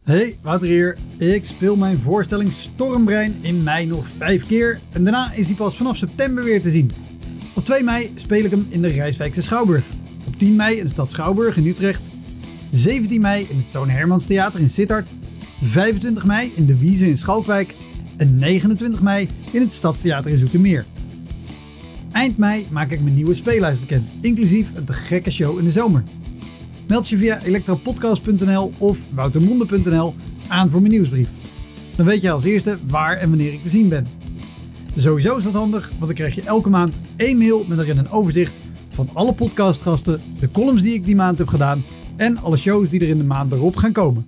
Hey, Wouter hier. Ik speel mijn voorstelling Stormbrein in mei nog 5 keer en daarna is hij pas vanaf september weer te zien. Op 2 mei speel ik hem in de Rijswijkse Schouwburg. Op 10 mei in de stad Schouwburg in Utrecht. 17 mei in het Toon Hermans Theater in Sittard. 25 mei in de Wieze in Schalkwijk. En 29 mei in het Stadstheater in Zoetermeer. Eind mei maak ik mijn nieuwe speellijst bekend, inclusief een te gekke show in de zomer. Meld je via elektrapodcast.nl of woutermonde.nl aan voor mijn nieuwsbrief. Dan weet je als eerste waar en wanneer ik te zien ben. Sowieso is dat handig, want dan krijg je elke maand 1 mail met erin een overzicht van alle podcastgasten, de columns die ik die maand heb gedaan en alle shows die er in de maand erop gaan komen.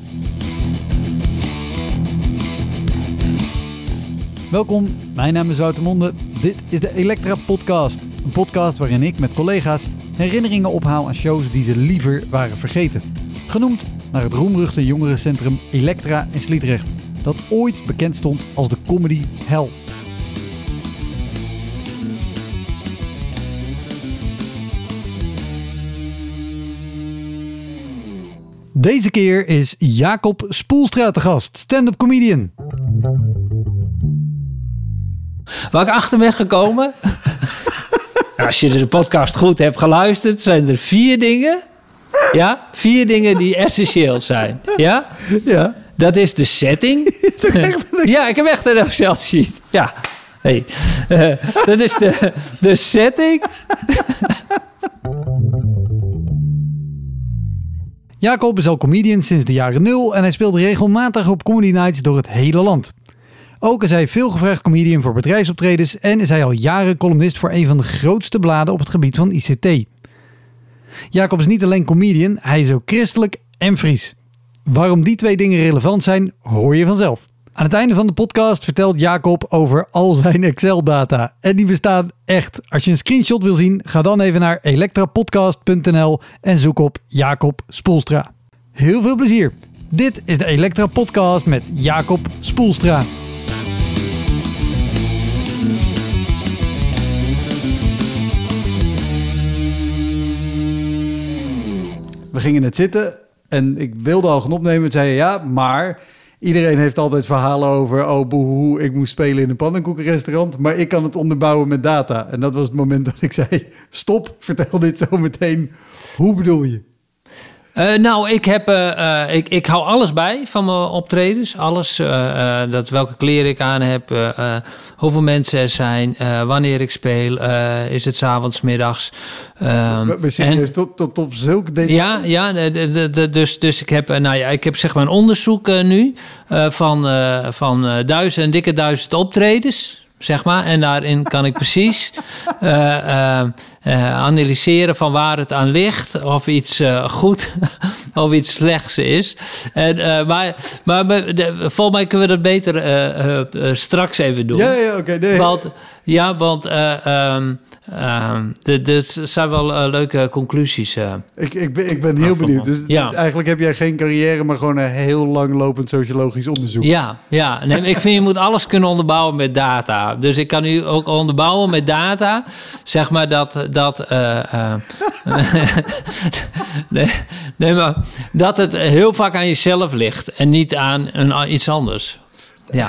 Welkom, mijn naam is Wouter Monde. Dit is de Elektra Podcast. Een podcast waarin ik met collega's herinneringen ophaal aan shows die ze liever waren vergeten. Genoemd naar het roemruchte jongerencentrum Elektra in Sliedrecht, dat ooit bekend stond als de comedy hell. Deze keer is Jacob Spoelstra te gast, stand-up comedian. Waar ik achter ben gekomen... Als je de podcast goed hebt geluisterd, zijn er 4 dingen. Ja, 4 dingen die essentieel zijn. Ja? Ja. Dat is de setting. Ja, ik heb echt een Excel sheet. Ja. Hey. Dat is de setting. Jacob is al comedian sinds de jaren 0 en hij speelt regelmatig op comedy nights door het hele land. Ook is hij veelgevraagd comedian voor bedrijfsoptredens en is hij al jaren columnist voor een van de grootste bladen op het gebied van ICT. Jacob is niet alleen comedian, hij is ook christelijk en Fries. Waarom die 2 dingen relevant zijn, hoor je vanzelf. Aan het einde van de podcast vertelt Jacob over al zijn Excel-data. En die bestaan echt. Als je een screenshot wil zien, ga dan even naar elektrapodcast.nl en zoek op Jacob Spoelstra. Heel veel plezier. Dit is de Elektra Podcast met Jacob Spoelstra. We gingen net zitten en ik wilde al gaan opnemen. En zei ja, maar iedereen heeft altijd verhalen over... oh, boehoe, ik moest spelen in een pannenkoekenrestaurant... maar ik kan het onderbouwen met data. En dat was het moment dat ik zei... stop, vertel dit zo meteen. Hoe bedoel je? Ik hou alles bij van mijn optredens. Alles, welke kleren ik aan heb, hoeveel mensen er zijn, wanneer ik speel, is het 's avonds, 's middags. Serieus, tot op zulke details? Ja, dus ik heb zeg maar een onderzoek nu van dikke 1000 optredens. Zeg maar. En daarin kan ik precies analyseren van waar het aan ligt. Of iets goed of iets slechts is. Maar volgens mij kunnen we dat beter straks even doen. Ja, oké. Nee. Want er zijn wel leuke conclusies. Ik ben heel benieuwd. Dus eigenlijk heb jij geen carrière, maar gewoon een heel langlopend sociologisch onderzoek. Ja. Nee, ik vind je moet alles kunnen onderbouwen met data. Dus ik kan nu ook onderbouwen met data. Zeg maar maar dat het heel vaak aan jezelf ligt en niet aan iets anders. Ja.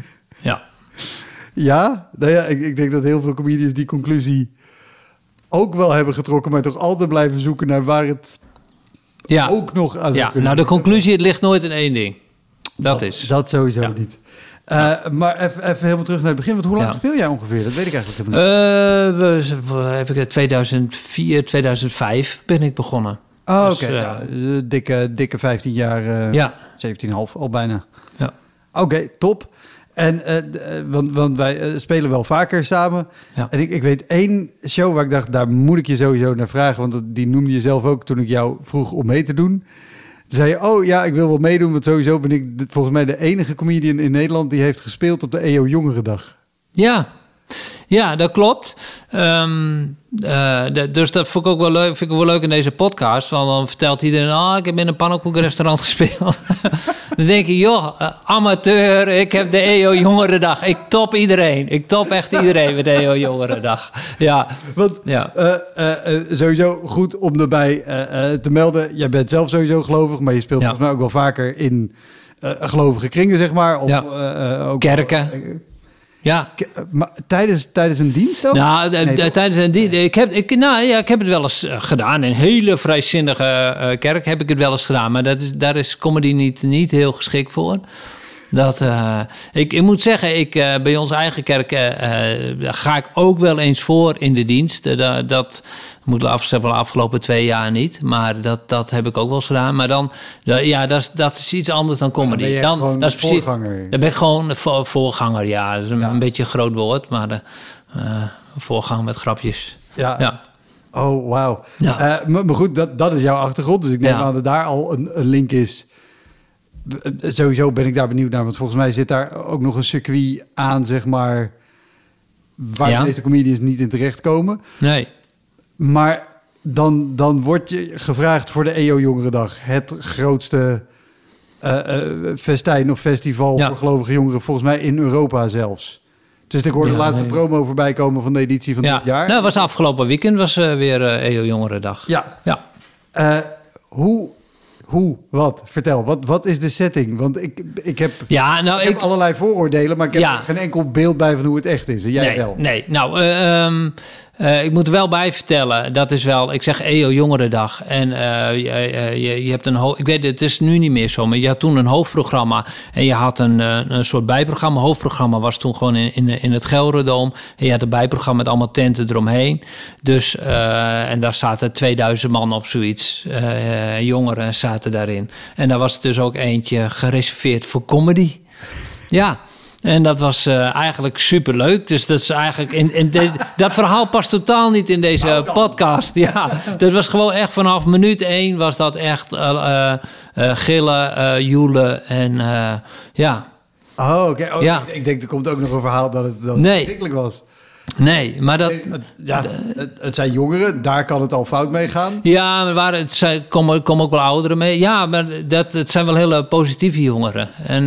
Ja, nou ja, ik denk dat heel veel comedians die conclusie ook wel hebben getrokken, maar toch altijd blijven zoeken naar waar het ook nog aan zou kunnen. Nou, de conclusie, het ligt nooit in 1 ding. Dat sowieso niet. Maar even helemaal terug naar het begin. Want hoe lang speel jij ongeveer? Dat weet ik eigenlijk niet. 2004, 2005 ben ik begonnen. Oh, oké. Dikke 15 jaar, 17,5 al bijna. Ja. Oké, top. En want wij spelen wel vaker samen. Ja. En ik weet 1 show waar ik dacht, daar moet ik je sowieso naar vragen. Want die noemde je zelf ook toen ik jou vroeg om mee te doen. Toen zei je, ik wil wel meedoen. Want sowieso ben ik volgens mij de enige comedian in Nederland die heeft gespeeld op de EO Jongerendag. Ja, dat klopt. Dus dat vond ik ook wel leuk, vind ik wel leuk in deze podcast. Want dan vertelt iedereen, ik heb in een pannenkoekenrestaurant gespeeld. Dan denk je, joh, amateur, ik heb de EO Jongerendag. Ik top iedereen. Ik top echt iedereen met de EO Jongerendag. Ja. Want sowieso goed om erbij te melden. Jij bent zelf sowieso gelovig, maar je speelt volgens mij ook wel vaker in gelovige kringen, zeg maar. Of, ook kerken. Ja. Maar tijdens een dienst ook? Nou, tijdens een dienst. Ik heb het wel eens gedaan. In een hele vrijzinnige kerk heb ik het wel eens gedaan. Maar daar is comedy niet heel geschikt voor. Ik moet zeggen, bij onze eigen kerk ga ik ook wel eens voor in de dienst. Dat moet de afgelopen 2 jaar niet. Maar dat heb ik ook wel eens gedaan. Maar dan, dat is iets anders dan comedy. Dan is precies, voorganger. Dan ben ik gewoon voorganger, ja. Dat is een beetje een groot woord, maar voorganger met grapjes. Ja. Oh, wauw. Ja. Maar goed, dat is jouw achtergrond. Dus ik neem aan dat daar al een link is. Sowieso ben ik daar benieuwd naar, want volgens mij zit daar ook nog een circuit aan, zeg maar, waar de meeste comedians niet in terechtkomen. Nee. Maar dan word je gevraagd voor de EO Jongerendag, het grootste festijn of festival voor gelovige jongeren, volgens mij in Europa zelfs. Dus ik hoorde de laatste promo voorbij komen van de editie van dit jaar. Nou, was afgelopen weekend weer EO Jongerendag. Ja. Wat? Vertel, wat is de setting? Want ik heb allerlei vooroordelen, maar ik heb geen enkel beeld bij van hoe het echt is. En jij wel? Nee, nou, ik moet er wel bij vertellen, dat is wel, ik zeg EO Jongerendag. En je hebt ik weet het is nu niet meer zo, maar je had toen een hoofdprogramma en je had een soort bijprogramma. Hoofdprogramma was toen gewoon in het Gelderdoom. En je had een bijprogramma met allemaal tenten eromheen. Dus, en daar zaten 2000 man op zoiets. Jongeren zaten daarin. En daar was dus ook eentje gereserveerd voor comedy. Ja. En dat was eigenlijk superleuk. Dus dat is eigenlijk dat verhaal past totaal niet in deze podcast. Ja, dat was gewoon echt vanaf minuut 1 was dat echt gillen, joelen en ja. Oh, oké. Okay. Ja. Ik denk er komt ook nog een verhaal dat het verschrikkelijk was. Nee, maar dat... Het zijn jongeren, daar kan het al fout mee gaan. Ja, maar komen ook wel ouderen mee. Ja, maar het zijn wel hele positieve jongeren.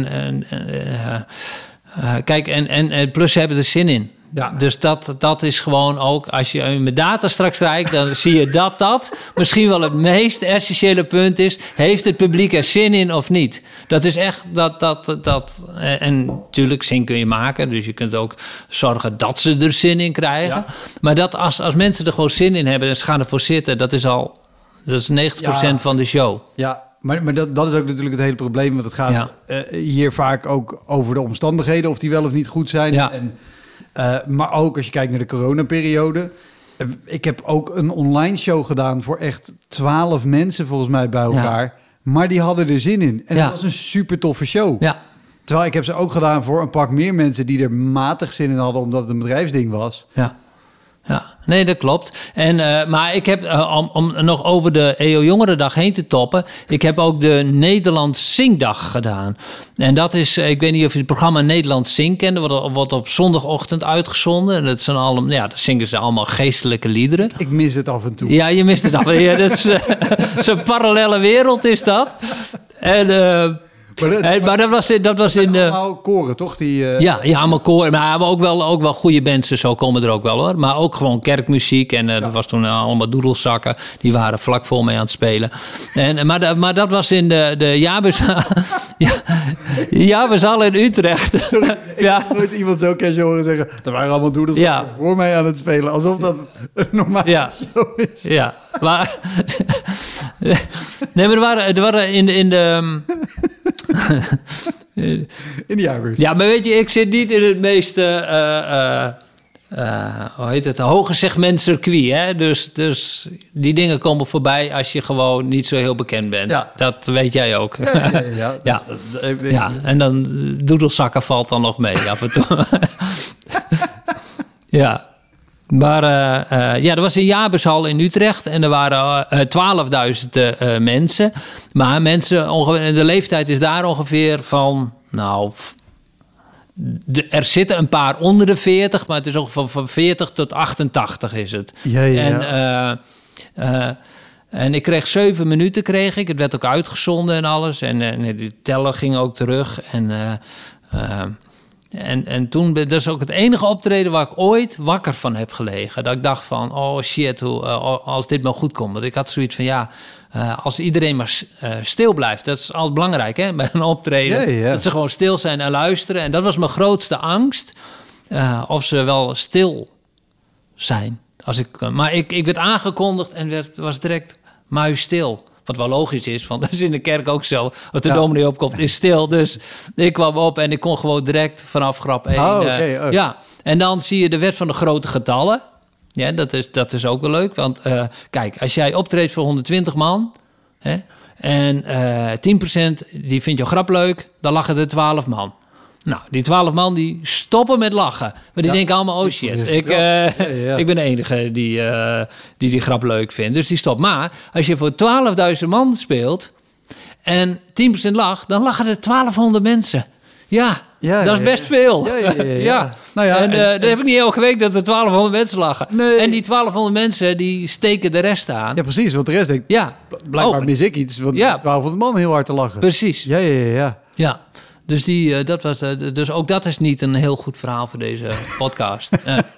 Kijk, en plus ze hebben er zin in. Ja. Dus dat is gewoon ook, als je met data straks kijkt, dan zie je dat misschien wel het meest essentiële punt is. Heeft het publiek er zin in of niet? Dat is echt dat. En natuurlijk, zin kun je maken. Dus je kunt ook zorgen dat ze er zin in krijgen. Ja. Maar dat als mensen er gewoon zin in hebben en ze gaan ervoor zitten, dat is 90% van de show. Ja. Maar dat is ook natuurlijk het hele probleem. Want het gaat hier vaak ook over de omstandigheden, of die wel of niet goed zijn. Ja. Maar ook als je kijkt naar de coronaperiode. Ik heb ook een online show gedaan voor echt 12 mensen volgens mij bij elkaar. Ja. Maar die hadden er zin in. En dat was een super toffe show. Ja. Terwijl ik heb ze ook gedaan voor een pak meer mensen die er matig zin in hadden, omdat het een bedrijfsding was. Ja. Ja, nee, dat klopt. Maar ik heb, om nog over de EO Jongerendag heen te toppen, ik heb ook de Nederland Zingdag gedaan. En dat is, ik weet niet of je het programma Nederland Zing kent, dat wordt op zondagochtend uitgezonden. En dat zijn dan zingen ze allemaal geestelijke liederen. Ik mis het af en toe. Ja, je mist het af en toe. Ja, dat is zo'n parallele wereld is dat. En... Maar dat was in de... Allemaal koren, toch? Ja, allemaal koren. Maar ook wel goede bands, zo komen er ook wel, hoor. Maar ook gewoon kerkmuziek. En dat was toen allemaal doedelzakken. Die waren vlak voor mij aan het spelen. Maar dat was in de Jaberszaal in Utrecht. Sorry, ik heb nooit iemand zo casual horen zeggen, er waren allemaal doedelzakken voor mij aan het spelen. Alsof dat een normale show is. Ja, maar... Nee, maar er waren in de... in de jaarbeurs. Ja, maar weet je, ik zit niet in het meest hoge segment circuit. Hè? Dus die dingen komen voorbij als je gewoon niet zo heel bekend bent. Ja. Dat weet jij ook. Ja. En dan doedelzakken valt dan nog mee af en toe. Ja. Maar er was een jaarbeurshal in Utrecht en er waren 12.000 mensen. Maar de leeftijd is daar ongeveer van, er zitten een paar onder de 40, maar het is ongeveer van 40 tot 88 is het. Ja. En ik kreeg 7 minuten, kreeg ik. Het werd ook uitgezonden en alles. En de teller ging ook terug. En toen, dat is ook het enige optreden waar ik ooit wakker van heb gelegen. Dat ik dacht van, oh shit, als dit maar goed komt. Want ik had zoiets van, als iedereen maar stil blijft. Dat is altijd belangrijk, hè, bij een optreden. Ja. Dat ze gewoon stil zijn en luisteren. En dat was mijn grootste angst. Of ze wel stil zijn. Maar ik werd aangekondigd en was direct muisstil. Wat wel logisch is, want dat is in de kerk ook zo. Als de dominee opkomt, is stil. Dus ik kwam op en ik kon gewoon direct vanaf grap 1. Ja, en dan zie je de wet van de grote getallen. Ja, dat is ook wel leuk. Want kijk, als jij optreedt voor 120 man... Hè, en 10% die vindt jouw grap leuk... dan lachen er 12 man. Nou, die 12 man die stoppen met lachen. Maar die denken allemaal, oh shit, ik ben de enige die grap leuk vindt. Dus die stopt. Maar als je voor 12.000 man speelt en 10% lacht, dan lachen er 1200 mensen. Ja, dat is best veel. Ja. Nou ja, en dat heb ik niet elke week dat er 1200 mensen lachen. Nee. En die 1200 mensen, die steken de rest aan. Ja, precies, want de rest denkt, blijkbaar mis ik iets. Want 1200 man heel hard te lachen. Precies. Ja. Dus dus ook dat is niet een heel goed verhaal voor deze podcast.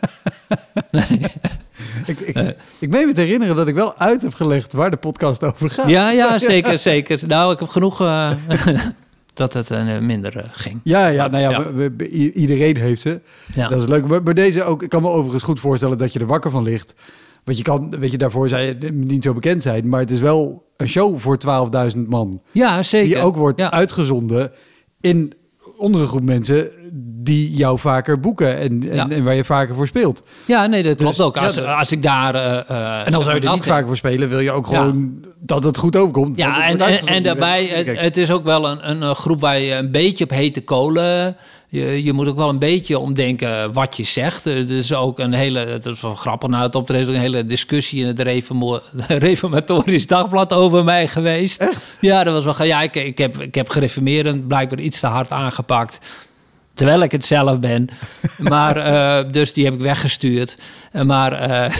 Ik meen me te herinneren dat ik wel uit heb gelegd waar de podcast over gaat. Ja, zeker. Nou, ik heb genoeg dat het minder ging. Iedereen heeft ze. Ja. Dat is leuk. Maar deze ook, ik kan me overigens goed voorstellen dat je er wakker van ligt. Want je kan, daarvoor zou je niet zo bekend zijn. Maar het is wel een show voor 12.000 man. Ja, zeker. Die ook wordt uitgezonden onder een groep mensen die jou vaker boeken en waar je vaker voor speelt. Ja, nee, dat klopt ook. Als ik daar... en als je er niet vaker voor spelen, wil je ook gewoon dat het goed overkomt. Ja, en daarbij, het is ook wel een groep waar je een beetje op hete kolen... Je moet ook wel een beetje omdenken wat je zegt. Er is ook dat is wel grappig, na het optreden een hele discussie in het Reformatorisch Dagblad over mij geweest. Echt? Ja, dat was wel... Ja, ik heb gereformeerd blijkbaar iets te hard aangepakt. Terwijl ik het zelf ben. Maar, dus die heb ik weggestuurd. Er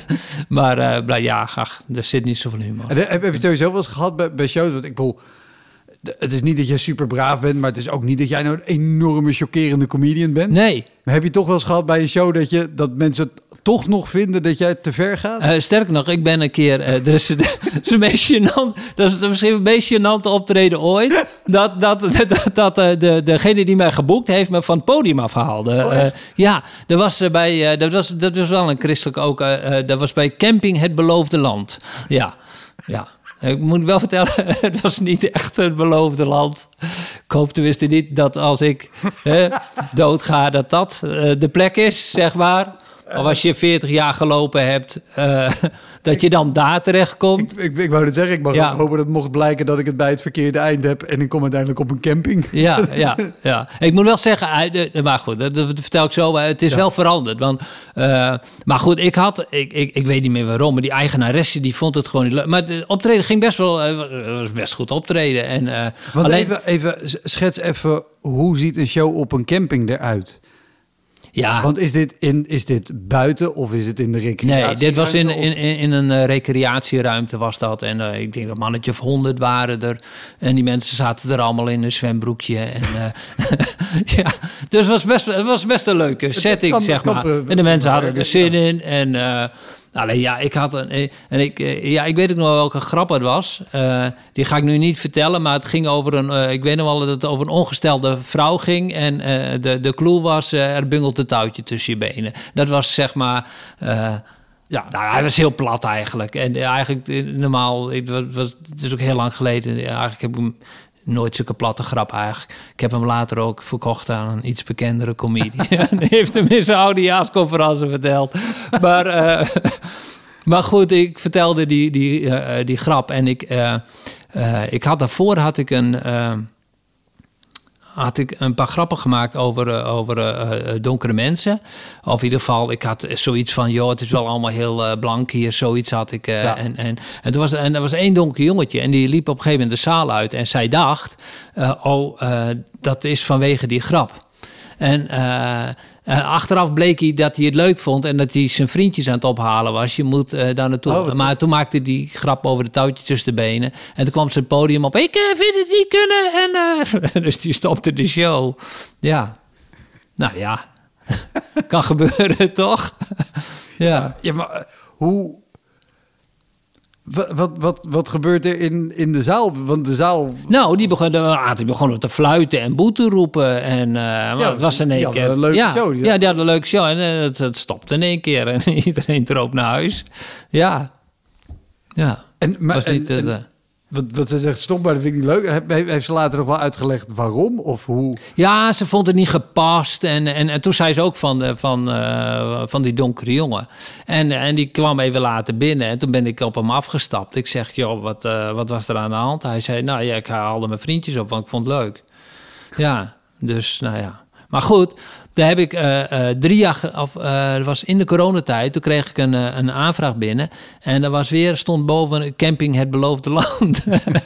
zit niet zoveel humor. Heb je het sowieso wel eens gehad bij shows? Want ik bedoel... Het is niet dat jij super braaf bent, maar het is ook niet dat jij nou een enorme chockerende comedian bent. Nee. Maar heb je toch wel eens gehad bij een show dat mensen toch nog vinden dat jij te ver gaat? Sterker nog, ik ben een keer... dat is misschien het meest gênante optreden ooit. Dat degene die mij geboekt heeft me van het podium afhaalde. Dat was wel een christelijk ook. Dat was bij Camping Het Beloofde Land. Ja. Ik moet wel vertellen, het was niet echt het beloofde land. Ik hoop tenminste niet dat als ik doodga, dat de plek is, zeg maar. Of als je 40 jaar gelopen hebt, dat je dan daar terechtkomt. Ik wou het zeggen, ik mag hopen dat het mocht blijken dat ik het bij het verkeerde eind heb en ik kom uiteindelijk op een camping. Ja. Ik moet wel zeggen, maar goed, dat vertel ik zo. Het is wel veranderd. Want, maar goed, ik weet niet meer waarom, maar die eigenaresse die vond het gewoon niet leuk. Maar het optreden ging best wel, was best goed optreden. En, even schets even, hoe ziet een show op een camping eruit? Ja. Want is dit buiten of is het in de recreatie? Nee, dit was in een recreatieruimte was dat. En ik denk dat mannetje of 100 waren er. En die mensen zaten er allemaal in een zwembroekje. En, dus het was best een leuke setting, zeg maar. En de mensen hadden er zin in. En... ik weet ook nog welke grap het was. Die ga ik nu niet vertellen, maar het ging over ik weet nog wel dat het over een ongestelde vrouw ging. En de clue was, er bungelt een touwtje tussen je benen. Dat was zeg maar... hij was heel plat eigenlijk. En eigenlijk normaal, het is ook heel lang geleden. Eigenlijk heb ik hem nooit zulke platte grap eigenlijk. Ik heb hem later ook verkocht aan een iets bekendere comedian. Die heeft hem in zijn oudejaarsconferentie verteld. Maar goed, ik vertelde die grap. En ik had daarvoor een paar grappen gemaakt over donkere mensen. Of in ieder geval, ik had zoiets van... het is wel allemaal heel blank hier. Zoiets had ik. En er was één donker jongetje... en die liep op een gegeven moment de zaal uit... en zij dacht, dat is vanwege die grap. En achteraf bleek hij dat hij het leuk vond en dat hij zijn vriendjes aan het ophalen was. Je moet daar naartoe. Maar toen maakte hij die grap over de touwtjes tussen de benen. En toen kwam zijn podium op. Ik vind het niet kunnen. En, dus die stopte de show. Ja. Nou ja. Kan gebeuren, toch? Ja. Ja, maar hoe... Wat gebeurt er in de zaal? Want de zaal... Nou, die begonnen te fluiten en boe te roepen. En het was in één keer... een leuke show. Ja, die hadden een leuke show. En het stopte in één keer. En iedereen erop naar huis. Ja. Ja. Wat ze zegt, stop, maar dat vind ik niet leuk. Heeft ze later nog wel uitgelegd waarom of hoe? Ja, ze vond het niet gepast. En toen zei ze ook van die donkere jongen. En die kwam even later binnen. En toen ben ik op hem afgestapt. Ik zeg, joh, wat was er aan de hand? Hij zei, nou ja, ik haalde mijn vriendjes op, want ik vond het leuk. Ja, dus nou ja. Maar goed, daar heb ik 3 jaar... dat was in de coronatijd. Toen kreeg ik een aanvraag binnen. En er stond boven camping Het Beloofde Land.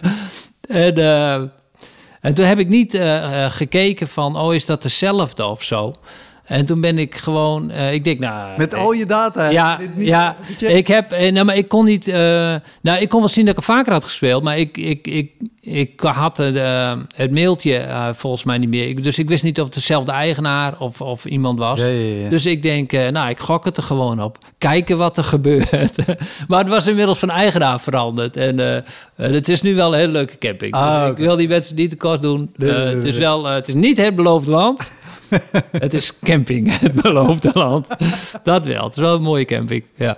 En toen heb ik niet gekeken van... is dat dezelfde of zo? En toen ben ik gewoon... ik denk, nou... Met al je data? Ja, ik heb... maar ik kon niet... ik kon wel zien dat ik er vaker had gespeeld... maar ik had het mailtje volgens mij niet meer. Dus ik wist niet of het dezelfde eigenaar of iemand was. Ja. Dus ik denk, ik gok het er gewoon op. Kijken wat er gebeurt. Maar het was inmiddels van eigenaar veranderd. En het is nu wel een hele leuke camping. Dus ik wil die mensen niet te kort doen. Het is niet Het Beloofde Land... Het is camping, Het Beloofde Land. Dat wel. Het is wel een mooie camping. Ja.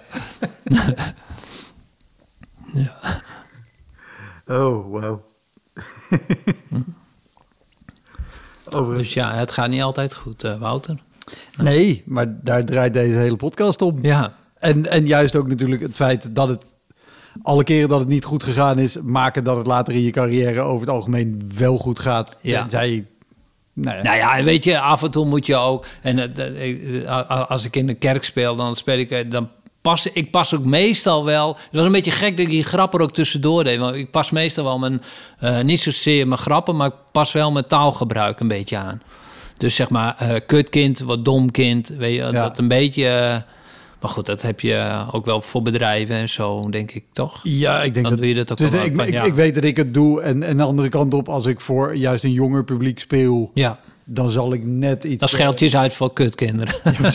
Ja. Oh, wow. Dus ja, het gaat niet altijd goed, Wouter. Nee, maar daar draait deze hele podcast om. Ja. En juist ook natuurlijk het feit dat het... alle keren dat het niet goed gegaan is... maken dat het later in je carrière over het algemeen wel goed gaat. Ja. Tenzij... Nou ja, weet je, af en toe moet je ook... En als ik in de kerk speel, dan speel ik... Ik pas ook meestal wel... Het was een beetje gek dat ik die grappen er ook tussendoor deed. Want ik pas meestal wel niet zozeer mijn grappen... maar ik pas wel mijn taalgebruik een beetje aan. Dus zeg maar, kutkind, wat dom kind. Weet je, dat een beetje... maar goed, dat heb je ook wel voor bedrijven en zo, denk ik, toch? Ja, ik denk dan doe je dat ook dus wel. Ik weet dat ik het doe. En de andere kant op, als ik voor juist een jonger publiek speel... Ja. Dan zal ik net iets... Dan scheldt je eens uit voor kutkinderen.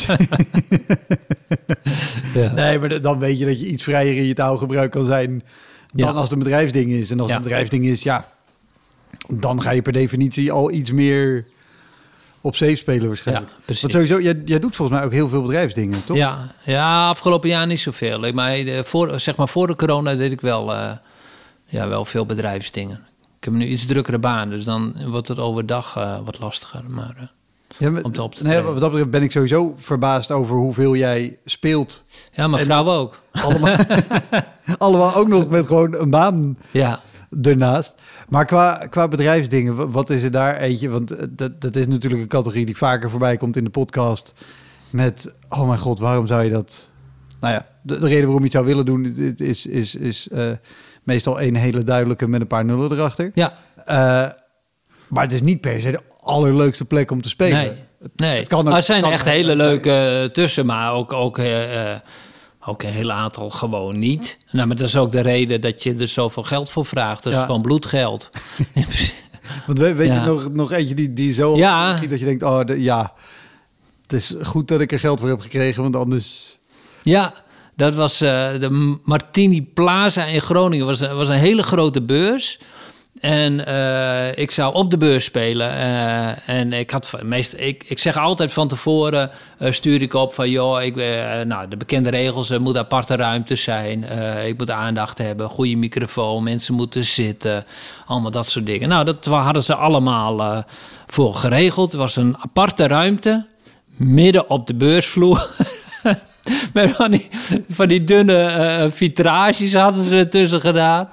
Ja. Nee, maar dan weet je dat je iets vrijer in je taalgebruik kan zijn... dan als het een bedrijfsding is. En als het een bedrijfsding is, dan ga je per definitie al iets meer op safe spelen waarschijnlijk. Ja, precies. Want sowieso, jij doet volgens mij ook heel veel bedrijfsdingen, toch? Ja, afgelopen jaar niet zoveel. Maar voor de corona deed ik wel veel bedrijfsdingen. Ik heb nu iets drukkere baan, dus dan wordt het overdag wat lastiger. Maar om op te wat dat betreft ben ik sowieso verbaasd over hoeveel jij speelt. Ja, mijn vrouw ook. Allemaal ook nog met gewoon een baan ernaast. Maar qua bedrijfsdingen, wat is er daar eentje? Want dat is natuurlijk een categorie die vaker voorbij komt in de podcast. Met, oh mijn god, waarom zou je dat... Nou ja, de reden waarom je het zou willen doen is meestal een hele duidelijke met een paar nullen erachter. Ja. Maar het is niet per se de allerleukste plek om te spelen. Nee. Er zijn echt hele leuke tussen, maar ook een heel aantal gewoon niet. Nou, maar dat is ook de reden dat je er zoveel geld voor vraagt. Dat is gewoon bloedgeld. Want weet je nog eentje die zo schiet dat je denkt, het is goed dat ik er geld voor heb gekregen, want anders... Ja, dat was de Martini Plaza in Groningen. Was een hele grote beurs. En ik zou op de beurs spelen. En ik zeg altijd van tevoren, stuur ik op van... de bekende regels, er moet aparte ruimte zijn. Ik moet aandacht hebben, goede microfoon, mensen moeten zitten. Allemaal dat soort dingen. Nou, dat hadden ze allemaal voor geregeld. Er was een aparte ruimte, midden op de beursvloer... Met van die dunne vitrages hadden ze ertussen gedaan.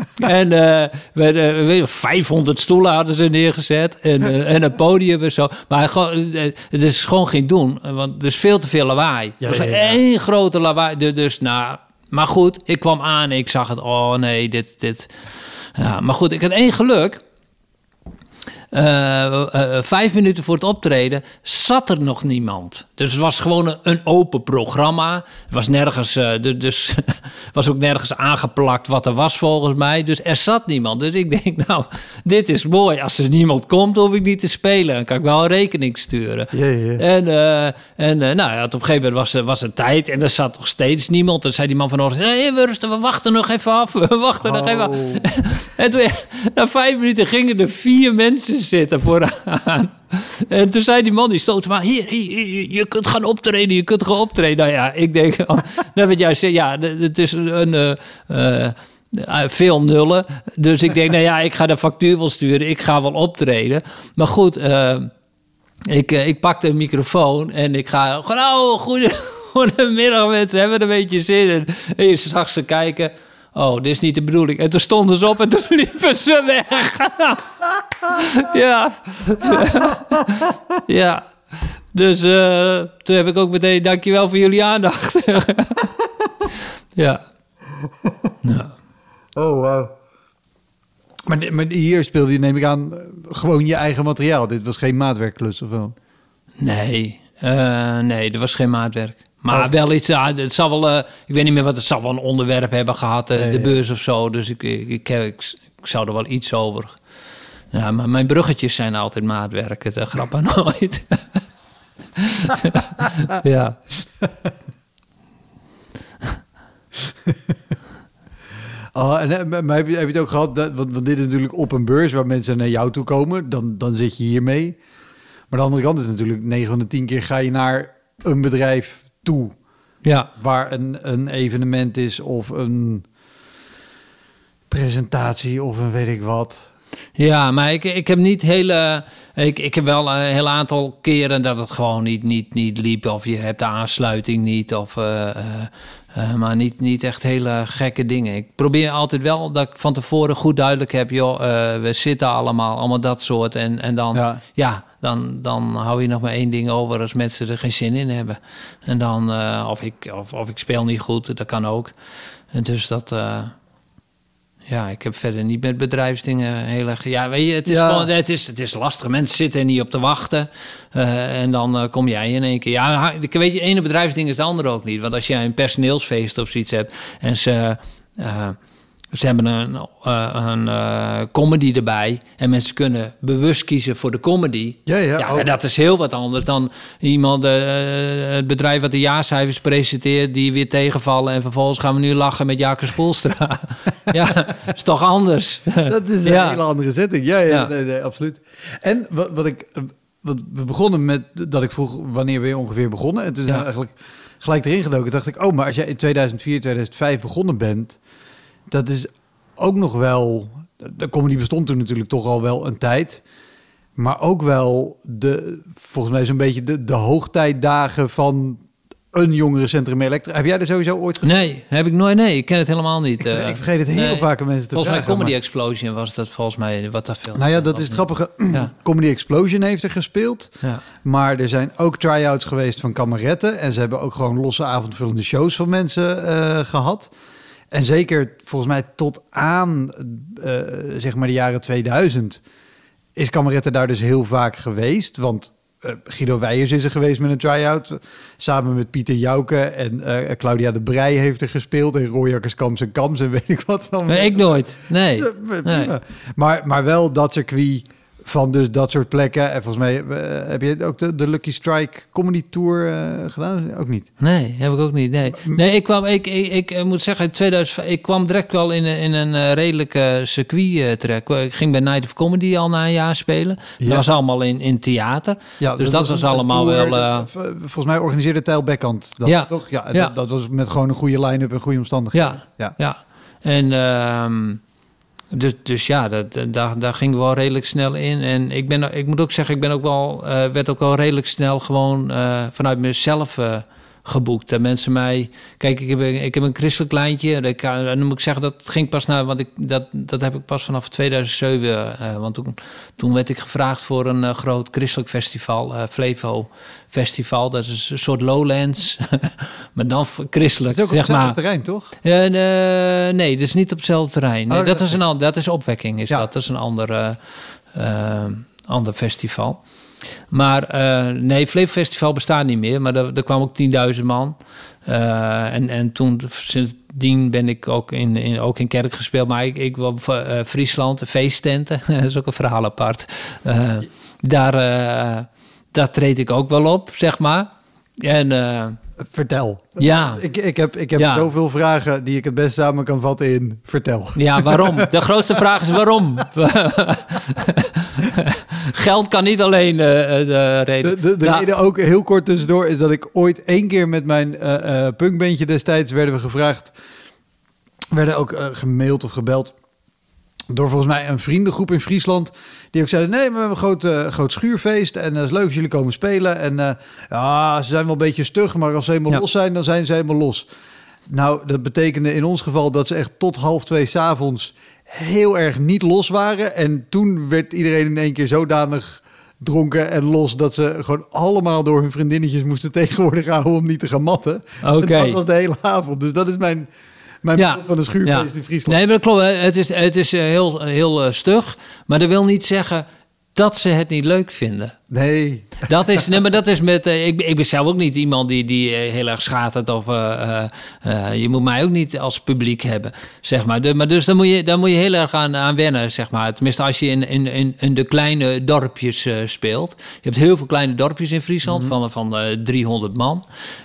En 500 stoelen hadden ze neergezet. En een podium en zo. Maar het is gewoon geen doen. Want er is veel te veel lawaai. Ja, er was één grote lawaai. Dus, maar goed, ik kwam aan en ik zag het. Oh nee, dit. Ja, maar goed, ik had één geluk. 5 minuten voor het optreden zat er nog niemand. Dus het was gewoon een open programma. Het was nergens, dus was ook nergens aangeplakt wat er was volgens mij. Dus er zat niemand. Dus ik denk, nou, dit is mooi. Als er niemand komt, hoef ik niet te spelen. Dan kan ik wel een rekening sturen. Yeah. En nou ja, op een gegeven moment was er tijd en er zat nog steeds niemand. Dan zei die man vanochtend, nee, we wachten nog even af. We wachten nog even af. En toen, na 5 minuten gingen er 4 mensen zitten vooraan. En toen zei die man, die stond maar, hier, je kunt gaan optreden, Nou ja, ik denk, net wat jij zei, ja, het is veel nullen. Dus ik denk, nou ja, ik ga de factuur wel sturen, ik ga wel optreden. Maar goed, ik pakte een microfoon en ik ga gewoon, goedemiddag mensen, hebben we een beetje zin in. En je zag ze kijken. Oh, dit is niet de bedoeling. En toen stonden ze op en toen liepen ze weg. Ja. Ja. Dus toen heb ik ook meteen, dankjewel voor jullie aandacht. Ja. Oh, wow. Maar hier speelde je, neem ik aan, gewoon je eigen materiaal. Dit was geen maatwerkklus of wel? Nee, er was geen maatwerk. Maar wel iets, het zal wel, ik weet niet meer wat, het zal wel een onderwerp hebben gehad, de beurs of zo. Dus ik zou er wel iets over. Ja, maar mijn bruggetjes zijn altijd maatwerk, de grappen nooit. Ja. Maar heb je het ook gehad, want dit is natuurlijk op een beurs waar mensen naar jou toe komen, dan zit je hiermee. Maar aan de andere kant is natuurlijk 9 van de 10 keer ga je naar een bedrijf toe. Ja. Waar een evenement is of een presentatie of een weet ik wat. Ja, maar ik heb niet hele... Ik heb wel een heel aantal keren dat het gewoon niet liep. Of je hebt de aansluiting niet. Of, maar niet echt hele gekke dingen. Ik probeer altijd wel dat ik van tevoren goed duidelijk heb... joh, we zitten allemaal dat soort. En dan... Ja. Dan hou je nog maar 1 ding over als mensen er geen zin in hebben. En dan, of ik speel niet goed, dat kan ook. En dus dat... ja, ik heb verder niet met bedrijfsdingen heel erg... Ja, weet je, het is gewoon, het is lastig. Mensen zitten er niet op te wachten. En dan kom jij in één keer... Ja, weet je, het ene bedrijfsding is het andere ook niet. Want als jij een personeelsfeest of zoiets hebt... en ze hebben een comedy erbij... en mensen kunnen bewust kiezen voor de comedy. Ja, dat is heel wat anders dan iemand... het bedrijf wat de jaarcijfers presenteert... die weer tegenvallen... en vervolgens gaan we nu lachen met Jacob Spoelstra. Ja, dat is toch anders. Dat is een hele andere setting. Ja. Nee, absoluut. En wat we begonnen met... dat ik vroeg wanneer ben je ongeveer begonnen... en toen zijn we eigenlijk gelijk erin gedoken. Dacht ik, maar als jij in 2004, 2005 begonnen bent... dat is ook nog wel... De comedy bestond toen natuurlijk toch al wel een tijd... maar ook wel volgens mij zo'n beetje de hoogtijdagen van een jongerencentrum Elektra. Heb jij er sowieso ooit gedaan? Nee, heb ik nooit. Nee, ik ken het helemaal niet. Ik vergeet het heel vaak aan mensen te volgens vragen. Volgens mij Comedy Explosion was dat volgens mij wat dat veel. Nou ja, dat is het grappige. Ja. Comedy Explosion heeft er gespeeld. Ja. Maar er zijn ook try-outs geweest van kameretten. En ze hebben ook gewoon losse avondvullende shows van mensen gehad. En zeker volgens mij tot aan zeg maar de jaren 2000 is kameretten daar dus heel vaak geweest. Want Guido Weijers is er geweest met een try-out. Samen met Pieter Jouke en Claudia de Breij heeft er gespeeld. En Roy Jakkers Kams en weet ik wat dan. Nee, ik nooit. Nee. Maar wel dat circuit van dus dat soort plekken. En volgens mij heb je ook de Lucky Strike Comedy Tour gedaan? Ook niet? Nee, heb ik ook niet. Nee, ik moet zeggen, in 2005, ik kwam direct wel in een redelijke circuit terecht. Ik ging bij Night of Comedy al na een jaar spelen. Dat was allemaal in theater. Ja, dus dat was allemaal tour, wel... volgens mij organiseerde Tijl Bekkant dat, toch? Ja, dat was met gewoon een goede line-up en goede omstandigheden. Ja. En... Dus ja, daar ging wel redelijk snel in. En ik moet ook zeggen, werd ook wel redelijk snel gewoon vanuit mezelf geboekt. Dat mensen mij... Kijk, ik heb een christelijk lijntje. Dan moet ik zeggen, dat ging pas naar... Want dat heb ik pas vanaf 2007. Want toen werd ik gevraagd voor een groot christelijk festival. Flevo Festival. Dat is een soort Lowlands. Maar dan christelijk, dat is ook zeg maar. Op hetzelfde terrein, toch? Nee, dat is niet op hetzelfde terrein. Nee, dat is opwekking, is dat. Dat is een ander festival. Maar nee, Flevo Festival bestaat niet meer. Maar er kwam ook 10.000 man. En toen, sindsdien ben ik ook in Kerk gespeeld. Maar ik wil Friesland, feesttenten. Dat is ook een verhaal apart. Daar treed ik ook wel op, zeg maar. En... Vertel. Ja. Ik heb zoveel vragen die ik het best samen kan vatten in vertel. Ja, waarom? De grootste vraag is waarom? Geld kan niet alleen de reden. De reden ook heel kort tussendoor is dat ik ooit 1 keer met mijn punkbandje destijds werden we gevraagd. Werden ook gemaild of gebeld door volgens mij een vriendengroep in Friesland. Die ook zeiden, nee, we hebben een groot schuurfeest. En dat is leuk als jullie komen spelen. En ze zijn wel een beetje stug, maar als ze helemaal los zijn, dan zijn ze helemaal los. Nou, dat betekende in ons geval dat ze echt tot 1:30 's avonds heel erg niet los waren. En toen werd iedereen in één keer zodanig dronken en los dat ze gewoon allemaal door hun vriendinnetjes moesten tegenwoordig houden om niet te gaan matten. Okay. Dat was de hele avond. Dus dat is mijn beeld van een schuurfeest in Friesland. Nee, maar dat klopt. Het is heel stug. Maar dat wil niet zeggen dat ze het niet leuk vinden. Nee. Dat is met... ik ben zelf ook niet iemand die heel erg schatert. Of je moet mij ook niet als publiek hebben, zeg maar. Maar dus daar moet je heel erg aan wennen, zeg maar. Tenminste, als je in de kleine dorpjes speelt. Je hebt heel veel kleine dorpjes in Friesland van 300 man.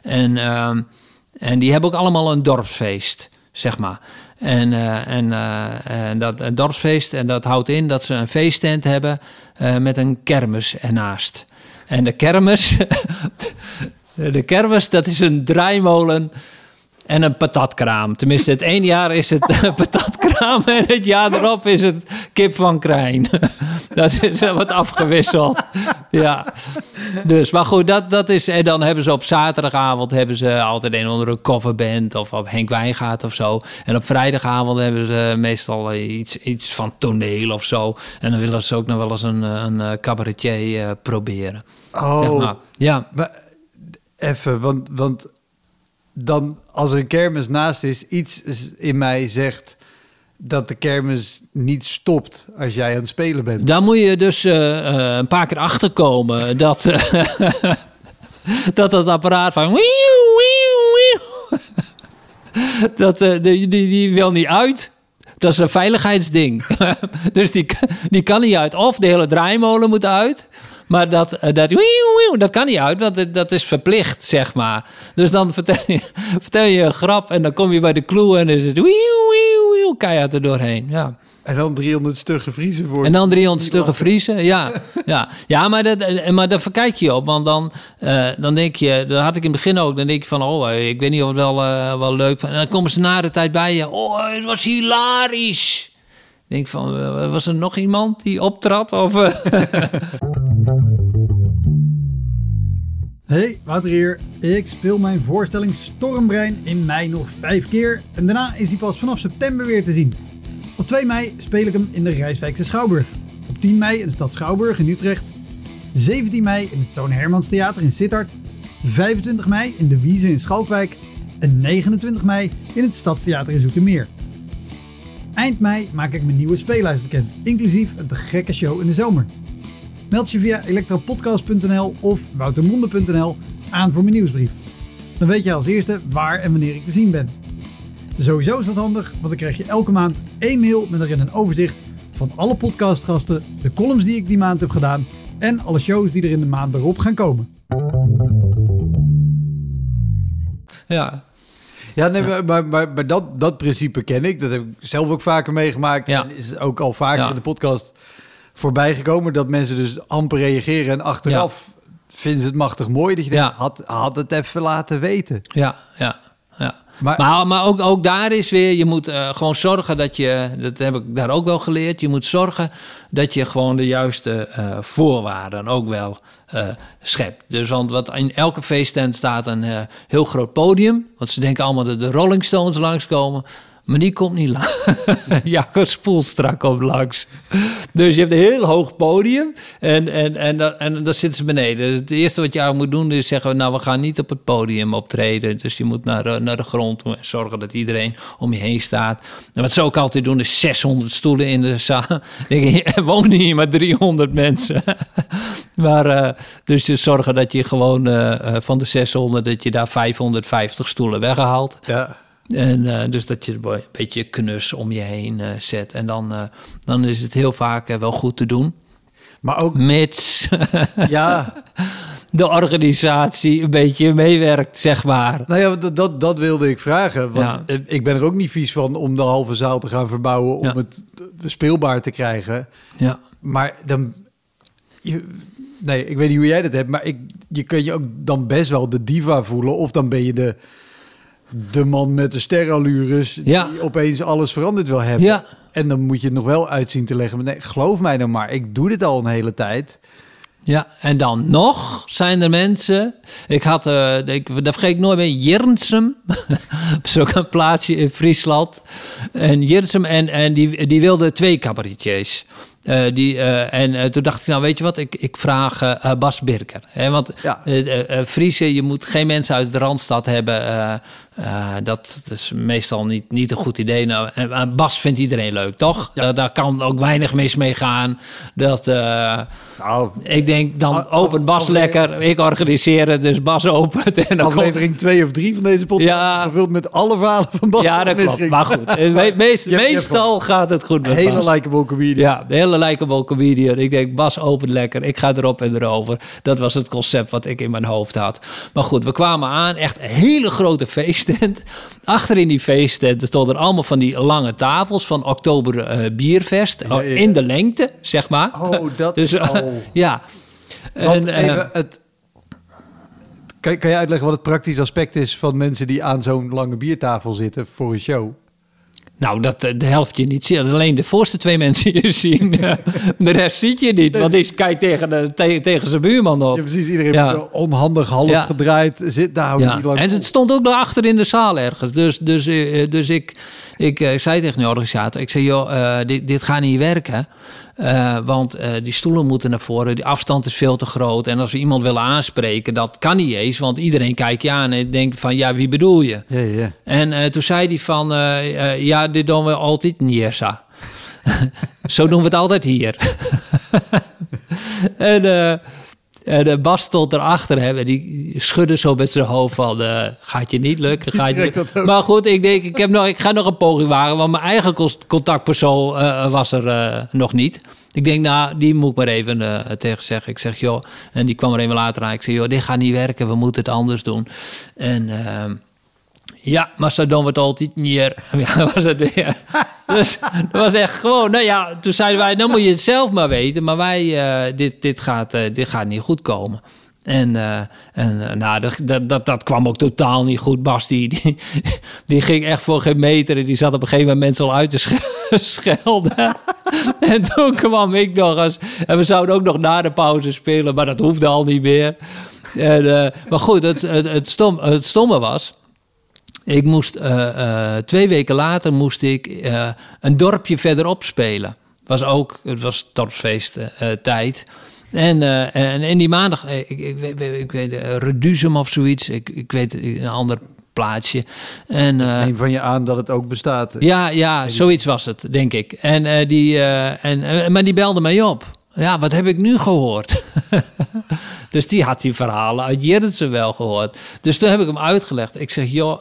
En die hebben ook allemaal een dorpsfeest, zeg maar. En dat een dorpsfeest, en dat houdt in dat ze een feesttent hebben met een kermis ernaast. En de kermis, dat is een draaimolen en een patatkraam. Tenminste, het ene jaar is het patatkraam en het jaar erop is het kip van Krijn. Dat is wat afgewisseld. Ja. Dus, maar goed, dat is... En dan hebben ze op zaterdagavond altijd een onder een coverband of op Henk Wijngaard of zo. En op vrijdagavond hebben ze meestal iets van toneel of zo. En dan willen ze ook nog wel eens een cabaretier proberen. Oh, ja. Maar even, want dan als er een kermis naast is, iets in mij zegt dat de kermis niet stopt als jij aan het spelen bent. Daar moet je dus een paar keer achterkomen dat dat apparaat van dat die wil niet uit. Dat is een veiligheidsding. Dus die kan niet uit. Of de hele draaimolen moet uit. Maar dat kan niet uit, want dat is verplicht, zeg maar. Dus dan vertel je een grap en dan kom je bij de clue en dan is het keihard er doorheen. Ja. En dan 300 stugge Friesen voor. En dan 300 stugge Friesen, ja. Ja, maar daar verkijk je op. Want dan denk je, dat had ik in het begin ook, dan denk je van, ik weet niet of het wel leuk is. En dan komen ze na de tijd bij je, het was hilarisch. Ik denk van, was er nog iemand die optrad? Of... Hey, Wouter hier. Ik speel mijn voorstelling Stormbrein in mei nog 5 keer. En daarna is hij pas vanaf september weer te zien. Op 2 mei speel ik hem in de Rijswijkse Schouwburg. Op 10 mei in de stad Schouwburg in Utrecht. 17 mei in het Toon Hermans Theater in Sittard. 25 mei in de Wiese in Schalkwijk. En 29 mei in het Stadstheater in Zoetermeer. Eind mei maak ik mijn nieuwe speellijst bekend, inclusief een te gekke show in de zomer. Meld je via elektropodcast.nl of woutermonde.nl aan voor mijn nieuwsbrief. Dan weet je als eerste waar en wanneer ik te zien ben. Sowieso is dat handig, want dan krijg je elke maand 1 mail met erin een overzicht van alle podcastgasten, de columns die ik die maand heb gedaan en alle shows die er in de maand erop gaan komen. Ja. Ja, nee, maar dat principe ken ik. Dat heb ik zelf ook vaker meegemaakt. Ja. En is ook al vaker in de podcast voorbij gekomen. Dat mensen dus amper reageren. En achteraf vinden ze het machtig mooi. Dat je denkt, had het even laten weten. Ja. Maar ook daar is weer, je moet gewoon zorgen dat je, dat heb ik daar ook wel geleerd, je moet zorgen dat je gewoon de juiste voorwaarden ook wel schept. Dus want in elke feesttent staat een heel groot podium, want ze denken allemaal dat de Rolling Stones langskomen. Maar die komt niet langs. Jacco Spoelstra komt langs. Dus je hebt een heel hoog podium en dan zitten ze beneden. Dus het eerste wat je moet doen is zeggen... nou, we gaan niet op het podium optreden. Dus je moet naar de grond toe en zorgen dat iedereen om je heen staat. En wat ze ook altijd doen is 600 stoelen in de zaal. Er wonen hier maar 300 mensen. Maar dus je zorgen dat je gewoon van de 600... dat je daar 550 stoelen weghaalt. Ja. En dus dat je een beetje knus om je heen zet. En dan is het heel vaak wel goed te doen. Maar ook... Mits Ja. de organisatie een beetje meewerkt, zeg maar. Nou ja, dat wilde ik vragen. Want ik ben er ook niet vies van om de halve zaal te gaan verbouwen... om het speelbaar te krijgen. Ja. Maar dan... Nee, ik weet niet hoe jij dat hebt... maar je kun je ook dan best wel de diva voelen... of dan ben je de man met de sterallures... die opeens alles veranderd wil hebben. Ja. En dan moet je het nog wel uitzien te leggen. Maar nee, geloof mij nou maar, ik doe dit al een hele tijd... Ja, en dan nog zijn er mensen... Ik had, dat vergeet ik nooit meer, Jirnsum. Zo'n een plaatsje in Friesland. En Jirnsum, en die wilde 2 cabaretiers. Toen dacht ik, nou weet je wat, ik vraag Bas Birker. Want Friese, je moet geen mensen uit de Randstad hebben. Dat is meestal niet een goed idee. Nou, Bas vindt iedereen leuk, toch? Ja. Daar kan ook weinig mis mee gaan. Ik denk, dan opent Bas lekker. Ik organiseer het, dus Bas opent. En dan aflevering 2 of 3 van deze podcast gevuld met alle verhalen van Bas. Ja, dat klopt. Maar goed, meestal gaat het goed met Bas. Hele likable comedian. Ja, de hele likable comedian. Ik denk, Bas opent lekker. Ik ga erop en erover. Dat was het concept wat ik in mijn hoofd had. Maar goed, we kwamen aan. Echt een hele grote feesttent. Achter in die feesttent stonden er allemaal van die lange tafels van Oktober Bierfest. Ja. In de lengte, zeg maar. Oh, dat dus, ja. Want even, kan je uitleggen wat het praktisch aspect is... van mensen die aan zo'n lange biertafel zitten voor een show? Nou, de helft je niet ziet. Alleen de voorste 2 mensen je zien. De rest ziet je niet. Want die kijkt tegen zijn buurman op. Ja, precies. Iedereen wordt onhandig half gedraaid. Zit daar niet lang. En het stond ook nog achter in de zaal ergens. Dus ik zei tegen de organisator... Ik zei, joh, dit gaat niet werken. Want die stoelen moeten naar voren. Die afstand is veel te groot. En als we iemand willen aanspreken, dat kan niet eens. Want iedereen kijkt je aan en denkt van, ja, wie bedoel je? Ja. En toen zei hij van, ja, dit doen we altijd niet. Zo doen we het altijd hier. En de Bas stond erachter en die schudde zo met zijn hoofd van... gaat je niet lukken? Maar goed, ik denk, ik ga nog een poging wagen... want mijn eigen contactpersoon was er nog niet. Ik denk, nou, die moet ik maar even tegen zeggen. Ik zeg, joh, en die kwam er even later aan. Ik zeg, joh, dit gaat niet werken, we moeten het anders doen. En... ja, maar zo doen we het altijd niet. Ja, was het weer. Dus dat was echt gewoon... Nou ja, toen zeiden wij, dan moet je het zelf maar weten. Maar wij, dit gaat niet goed komen. En nou, dat kwam ook totaal niet goed. Bas, die ging echt voor geen meter. En die zat op een gegeven moment mensen al uit te schelden. En toen kwam ik nog eens. En we zouden ook nog na de pauze spelen. Maar dat hoefde al niet meer. Maar goed, het stomme was... Ik moest 2 weken later een dorpje verderop spelen. Het was dorpsfeest tijd. En die maandag, ik weet Reduzum of zoiets. Ik weet een ander plaatsje. En neem van je aan dat het ook bestaat. Ja, zoiets was het, denk ik. Maar die belde mij op. Ja, wat heb ik nu gehoord? Dus die had die verhalen uit Jirnse wel gehoord. Dus toen heb ik hem uitgelegd. Ik zeg, joh,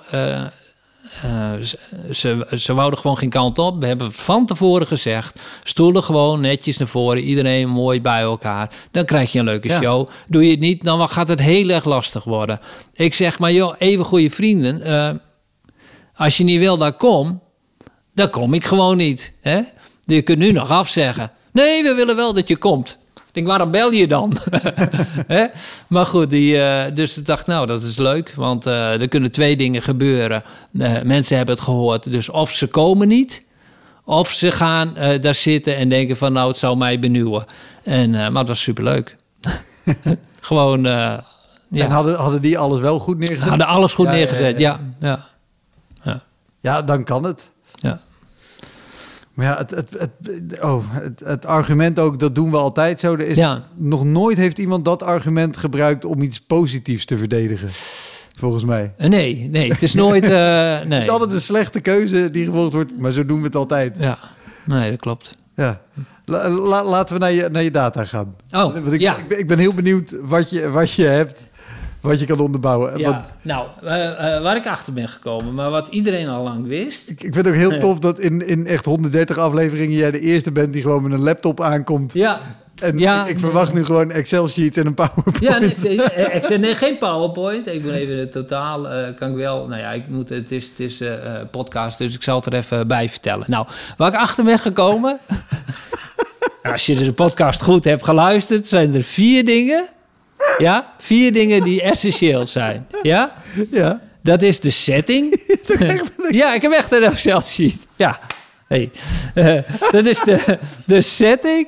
ze wouden gewoon geen kant op. We hebben het van tevoren gezegd. Stoelen gewoon netjes naar voren. Iedereen mooi bij elkaar. Dan krijg je een leuke show. Doe je het niet, dan gaat het heel erg lastig worden. Ik zeg, maar joh, even goede vrienden. Als je niet wil dat dan kom ik gewoon niet. Hè? Je kunt nu nog afzeggen. Nee, we willen wel dat je komt. Ik denk, waarom bel je dan? Maar goed, dus ik dacht, nou, dat is leuk. Want er kunnen 2 dingen gebeuren. Mensen hebben het gehoord. Dus of ze komen niet... of ze gaan daar zitten en denken van... nou, het zou mij benieuwen. Maar het was superleuk. Gewoon, ja. En hadden die alles wel goed neergezet? Hadden alles goed neergezet, ja. Ja, dan kan het. Ja. Maar ja, het argument ook, dat doen we altijd zo. Er is nog nooit heeft iemand dat argument gebruikt om iets positiefs te verdedigen. Volgens mij. Nee, het is nooit... nee. Het is altijd een slechte keuze die gevolgd wordt, maar zo doen we het altijd. Ja, nee, dat klopt. Ja. Laten we naar je data gaan. Oh, want ik ben heel benieuwd wat je hebt, wat je kan onderbouwen. Ja, waar ik achter ben gekomen, maar wat iedereen al lang wist. Ik vind het ook heel tof dat in echt 130 afleveringen jij de eerste bent die gewoon met een laptop aankomt. Ja. En ik verwacht nu gewoon Excel-sheets en een PowerPoint. Ja, nee, geen PowerPoint. Ik moet even het totaal, kan ik wel... Nou ja, het is podcast, dus ik zal het er even bij vertellen. Nou, waar ik achter ben gekomen... als je de podcast goed hebt geluisterd, zijn er 4 dingen... Ja, 4 dingen die essentieel zijn. Ja? Ja. Dat is de setting. Ja, ik heb echt een Excel-sheet. Ja. Hey. Dat is de setting.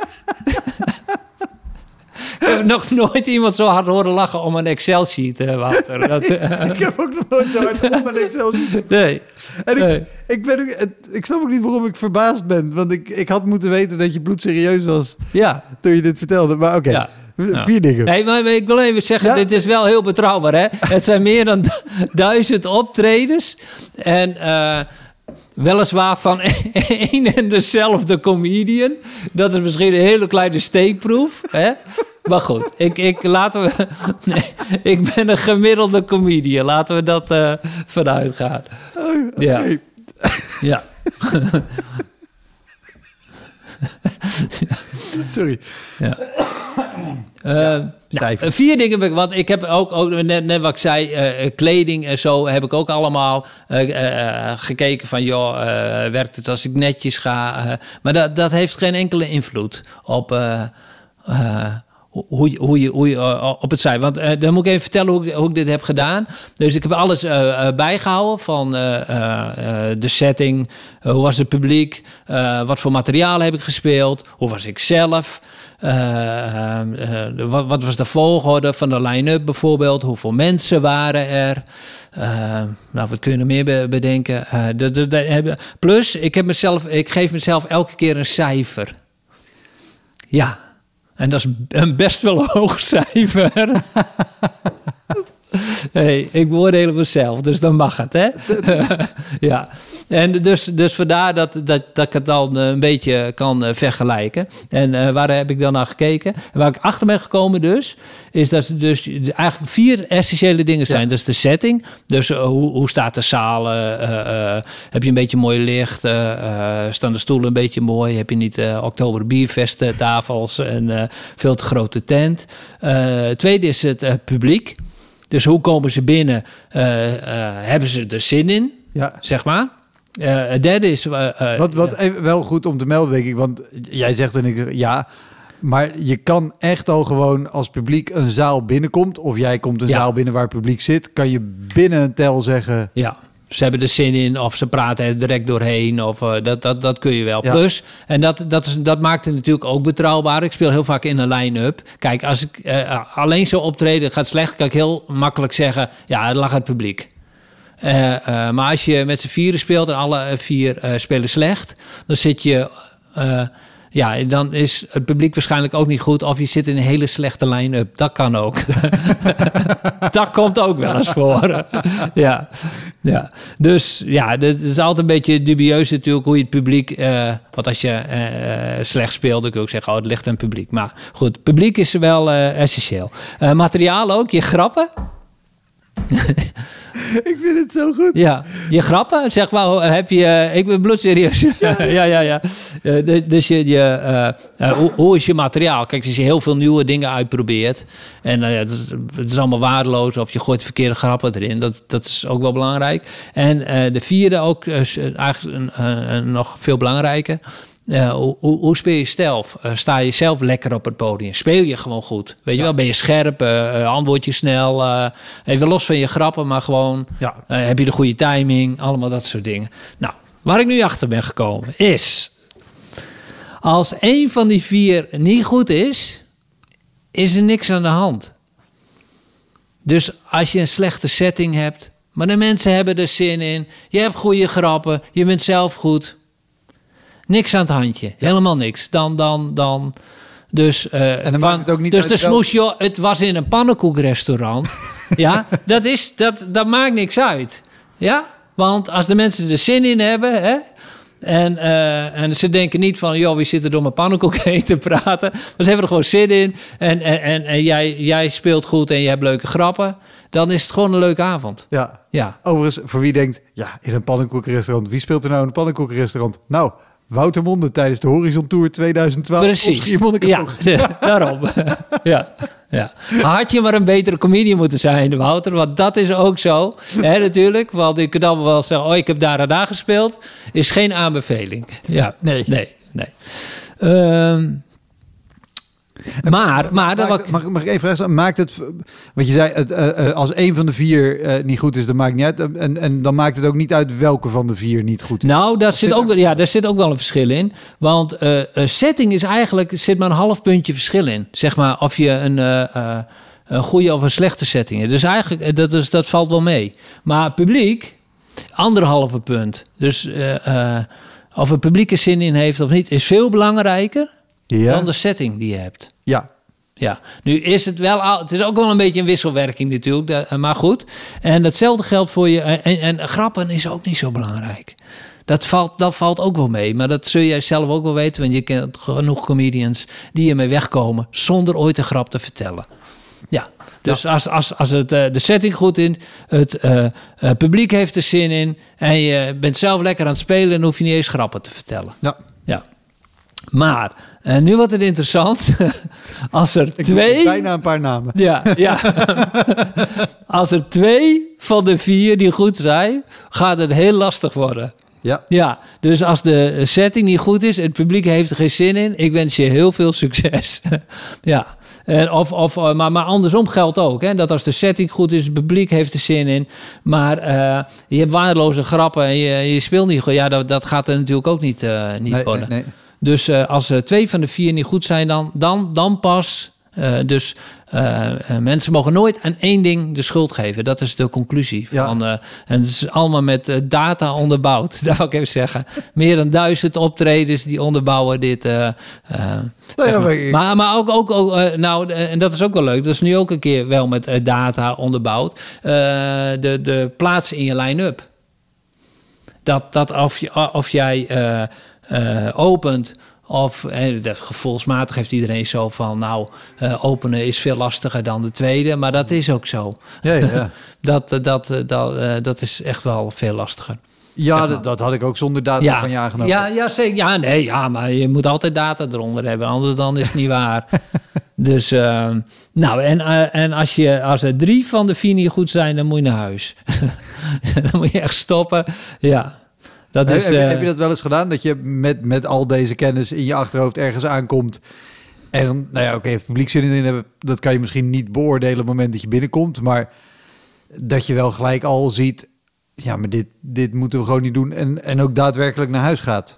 Ik heb nog nooit iemand zo hard horen lachen om een Excel-sheet, Wouter. Ik heb ook nog nooit zo hard om een Excel-sheet. Nee. En ik snap ook niet waarom ik verbaasd ben. Want ik had moeten weten dat je bloedserieus was toen je dit vertelde. Maar oké. Ja. 4 dingen. Nee, maar ik wil even zeggen, dit is wel heel betrouwbaar, hè? Het zijn meer dan 1000 optredens. En weliswaar van één en dezelfde comedian. Dat is misschien een hele kleine steekproef, hè? Maar goed, ik ben een gemiddelde comedian. Laten we dat vanuit gaan. Ja. Ja. Sorry. Ja. 4 dingen, want ik heb ook net wat ik zei, kleding en zo heb ik ook allemaal gekeken van, werkt het als ik netjes ga? Maar dat heeft geen enkele invloed op hoe je op het zijn. Want dan moet ik even vertellen hoe ik dit heb gedaan. Dus ik heb alles bijgehouden van de setting, hoe was het publiek, wat voor materiaal heb ik gespeeld, hoe was ik zelf, wat was de volgorde van de line-up bijvoorbeeld, hoeveel mensen waren er, wat kun je nog meer bedenken. Plus, ik geef mezelf elke keer een cijfer. Ja. En dat is een best wel hoog cijfer. Hey, ik beoordeel mezelf, dus dan mag het, hè? Ja. En dus vandaar dat ik het dan een beetje kan vergelijken. En waar heb ik dan naar gekeken? En waar ik achter ben gekomen dus, is dat er dus eigenlijk 4 essentiële dingen zijn. Ja. Dus de setting, dus hoe staat de zaal? Heb je een beetje mooi licht? Staan de stoelen een beetje mooi? Heb je niet Oktober Bierfest tafels en veel te grote tent? Tweede is het publiek. Dus hoe komen ze binnen? Hebben ze er zin in? Ja. Zeg maar. Derde is... Wat even wel goed om te melden, denk ik. Want jij zegt en ik ja. Maar je kan echt al gewoon als publiek een zaal binnenkomt, of jij komt een zaal binnen waar het publiek zit, kan je binnen een tel zeggen... Ja. Ze hebben er zin in, of ze praten er direct doorheen, of dat kun je wel. Ja. Plus, en dat maakt het natuurlijk ook betrouwbaar. Ik speel heel vaak in een line-up. Kijk, als ik alleen zo optreden gaat slecht, kan ik heel makkelijk zeggen, ja, het lag het publiek. Maar als je met z'n 4 speelt en alle 4 spelen slecht, dan zit je... dan is het publiek waarschijnlijk ook niet goed, of je zit in een hele slechte line-up. Dat kan ook. Dat komt ook wel eens voor. Ja. Dus ja, dat is altijd een beetje dubieus natuurlijk hoe je het publiek... want als je slecht speelt, dan kun je ook zeggen, het ligt aan het publiek. Maar goed, publiek is wel essentieel. Materiaal ook, je grappen... Ik vind het zo goed. Ja, je grappen. Zeg maar, heb je... ik ben bloedserieus. Ja. Dus hoe is je materiaal? Kijk, als je heel veel nieuwe dingen uitprobeert... en het is allemaal waardeloos... of je gooit de verkeerde grappen erin... dat is ook wel belangrijk. En de 4e ook, eigenlijk nog veel belangrijker... hoe speel je zelf? Sta je zelf lekker op het podium? Speel je gewoon goed? Weet je wel? Ben je scherp? Antwoord je snel? Even los van je grappen, maar gewoon... heb je de goede timing? Allemaal dat soort dingen. Nou, waar ik nu achter ben gekomen is... als 1 van die 4 niet goed is er niks aan de hand. Dus als je een slechte setting hebt... Maar de mensen hebben er zin in. Je hebt goede grappen. Je bent zelf goed. Niks aan het handje. Helemaal niks. Dan. Dus, en dan maakt het ook niet dus uit de smoes, joh, het was in een pannenkoekrestaurant. Ja, dat maakt niks uit. Ja, want als de mensen er zin in hebben, hè, en ze denken niet van, joh, we zitten door mijn pannenkoek heen te praten. Maar ze hebben er gewoon zin in. En jij speelt goed en je hebt leuke grappen. Dan is het gewoon een leuke avond. Ja. Overigens, voor wie denkt, ja, in een pannenkoekenrestaurant. Wie speelt er nou in een pannenkoekenrestaurant? Nou, Wouter Monde tijdens de Horizon Tour 2012. Precies. Daarom. Ja. Had je maar een betere comedian moeten zijn, Wouter. Want dat is ook zo, hè, natuurlijk. Want ik kan dan wel zeggen, ik heb daar en daar gespeeld. Is geen aanbeveling. Ja. Nee. Maar mag ik even vragen? Maakt het, wat je zei, als één van de 4 niet goed is, dan maakt het niet uit. En dan maakt het ook niet uit welke van de 4 niet goed is. Nou, daar zit ook wel een verschil in. Want setting is eigenlijk, zit maar een half puntje verschil in. Zeg maar of je een goede of een slechte setting hebt. Dus eigenlijk, dat valt wel mee. Maar publiek, 1,5 punt. Dus of het publiek er zin in heeft of niet, is veel belangrijker dan de setting die je hebt. Ja, nu is het wel... Het is ook wel een beetje een wisselwerking natuurlijk, maar goed. En hetzelfde geldt voor je... En grappen is ook niet zo belangrijk. Dat valt ook wel mee, maar dat zul jij zelf ook wel weten... want je kent genoeg comedians die ermee wegkomen... zonder ooit een grap te vertellen. Ja, dus als het de setting goed is... het publiek heeft er zin in... en je bent zelf lekker aan het spelen... dan hoef je niet eens grappen te vertellen. Ja. Maar, nu wordt het interessant. Als er bijna een paar namen. Ja. Als er 2 van de 4 die goed zijn, gaat het heel lastig worden. Ja, dus als de setting niet goed is, het publiek heeft er geen zin in, ik wens je heel veel succes. Ja. Maar andersom geldt ook, hè, dat als de setting goed is, het publiek heeft er zin in, maar je hebt waardeloze grappen en je speelt niet goed, ja, dat gaat er natuurlijk ook niet worden. Nee. Dus als 2 van de 4 niet goed zijn, dan pas. Mensen mogen nooit aan één ding de schuld geven. Dat is de conclusie. En het is allemaal met data onderbouwd. Dat wil ik even zeggen. Meer dan 1000 optredens die onderbouwen dit. Maar ook en dat is ook wel leuk. Dat is nu ook een keer wel met data onderbouwd. De plaats in je line-up. Dat of jij... opent of gevoelsmatig heeft iedereen zo van openen is veel lastiger dan de tweede, maar dat is ook zo. Ja. Dat is echt wel veel lastiger. Ja, dat had ik ook zonder data van je aangenomen. Ja, zeker. Maar je moet altijd data eronder hebben, anders dan is het niet waar. Dus, en als er 3 van de 4 niet goed zijn, dan moet je naar huis. Dan moet je echt stoppen. Ja. Heb je dat wel eens gedaan? Dat je met al deze kennis in je achterhoofd ergens aankomt. En het publiek zin in hebben, dat kan je misschien niet beoordelen op het moment dat je binnenkomt. Maar dat je wel gelijk al ziet, ja, maar dit moeten we gewoon niet doen. En ook daadwerkelijk naar huis gaat.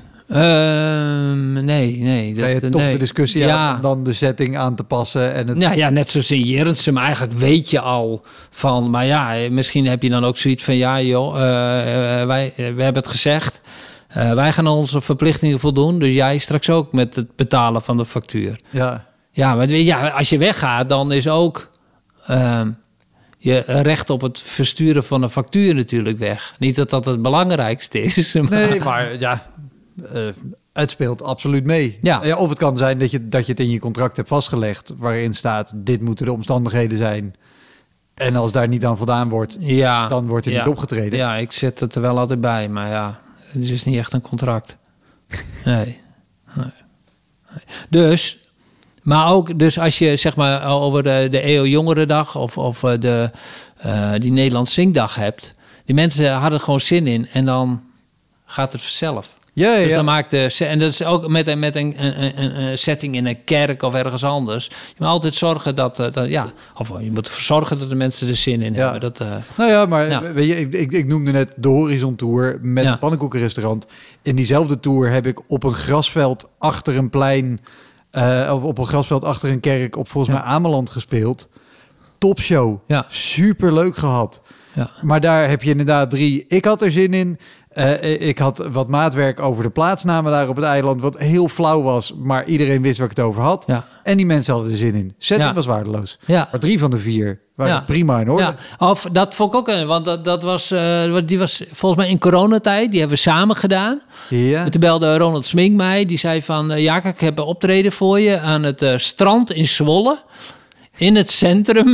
Nee. Dat je toch de discussie aan dan de setting aan te passen. En het... net zoals in Jernsum. Eigenlijk weet je al van... Maar ja, misschien heb je dan ook zoiets van... Ja, joh, we hebben het gezegd. Wij gaan onze verplichtingen voldoen. Dus jij straks ook met het betalen van de factuur. Ja, maar als je weggaat, dan is ook... je recht op het versturen van een factuur natuurlijk weg. Niet dat dat het belangrijkste is. Maar... Nee, maar ja... het speelt absoluut mee. Ja, of het kan zijn dat je het in je contract hebt vastgelegd... waarin staat, dit moeten de omstandigheden zijn. En als daar niet aan voldaan wordt, dan wordt er niet opgetreden. Ja, ik zet het er wel altijd bij. Maar ja, het is niet echt een contract. Nee. Dus... Maar ook, dus als je zeg maar over de EO Jongerendag... of die Nederlands Zingdag hebt... die mensen hadden gewoon zin in... en dan gaat het vanzelf. Dus dan maakt en dat is ook met een setting in een kerk of ergens anders. Je moet altijd zorgen of je moet ervoor zorgen dat de mensen er zin in hebben. Weet je, ik noemde net de Horizon Tour met een pannenkoekenrestaurant. In diezelfde tour heb ik op een grasveld achter een plein, op een grasveld achter een kerk op volgens mij Ameland gespeeld. Topshow. Ja. Super leuk gehad. Ja. Maar daar heb je inderdaad 3. Ik had er zin in. Ik had wat maatwerk over de plaatsnamen daar op het eiland, wat heel flauw was, maar iedereen wist waar ik het over had. Ja. En die mensen hadden er zin in. Setting was waardeloos. Ja. Maar 3 van de 4 waren prima in orde. Ja. Of dat vond ik ook, want dat was, die was volgens mij in coronatijd. Die hebben we samen gedaan. Ja. Toen belde Ronald Smink mij. Die zei van, Jaka, ik heb een optreden voor je aan het strand in Zwolle. In het centrum.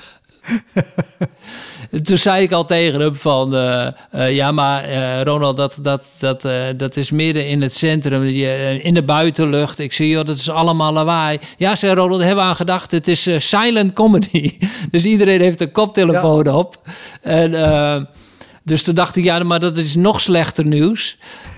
Toen zei ik al tegen hem van... Ronald, dat is midden in het centrum, in de buitenlucht. Ik zei, joh, dat is allemaal lawaai. Ja, zei Ronald, daar hebben we aan gedacht. Het is silent comedy. Dus iedereen heeft een koptelefoon op. En... Dus toen dacht ik, ja, maar dat is nog slechter nieuws.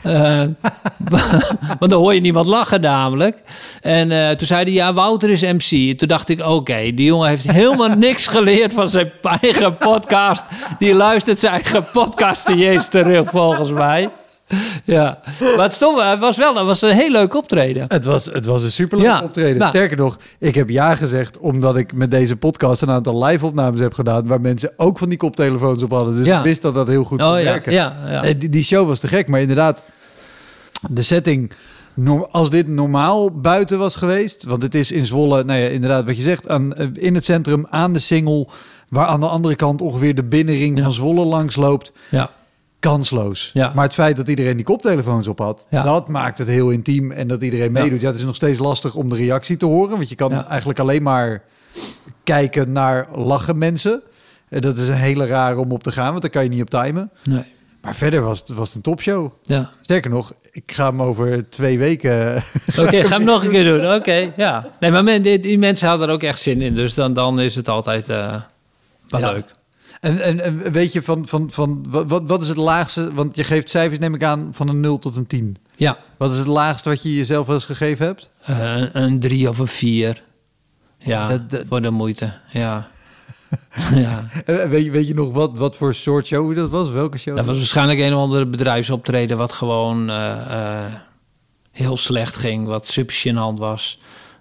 Want dan hoor je niemand lachen namelijk. En toen zei hij, ja, Wouter is MC. Toen dacht ik, oké, die jongen heeft helemaal niks geleerd van zijn eigen podcast. Die luistert zijn eigen podcast niet eens terug, volgens mij. Ja, maar het was een heel leuk optreden. Het was een superleuk optreden. Nou. Sterker nog, ik heb ja gezegd omdat ik met deze podcast een aantal live-opnames heb gedaan waar mensen ook van die koptelefoons op hadden. Dus ik wist dat dat heel goed kon werken. Ja. Die show was te gek, maar inderdaad, de setting, als dit normaal buiten was geweest, want het is in Zwolle, nou ja, inderdaad wat je zegt, in het centrum aan de Singel, waar aan de andere kant ongeveer de binnenring van Zwolle langs loopt. Ja. Kansloos. Ja. Maar het feit dat iedereen die koptelefoons op had, dat maakt het heel intiem en dat iedereen meedoet. Ja, het is nog steeds lastig om de reactie te horen, want je kan eigenlijk alleen maar kijken naar lachen mensen. En dat is een hele rare om op te gaan, want daar kan je niet op timen. Nee. Maar verder was het een topshow. Ja. Sterker nog, ik ga hem over 2 weken... Oké, ga hem nog een keer doen. Oké, ja. Nee, maar die mensen hadden er ook echt zin in, dus dan is het altijd wel leuk. En weet je, wat is het laagste? Want je geeft cijfers, neem ik aan, van een 0 tot een 10. Ja. Wat is het laagste wat je jezelf wel eens gegeven hebt? Een 3 of een 4. Ja, voor de moeite. Ja. Ja. Weet je nog wat voor soort show dat was? Welke show? Dat was waarschijnlijk een of andere bedrijfsoptreden wat gewoon heel slecht ging. Wat super gênant was.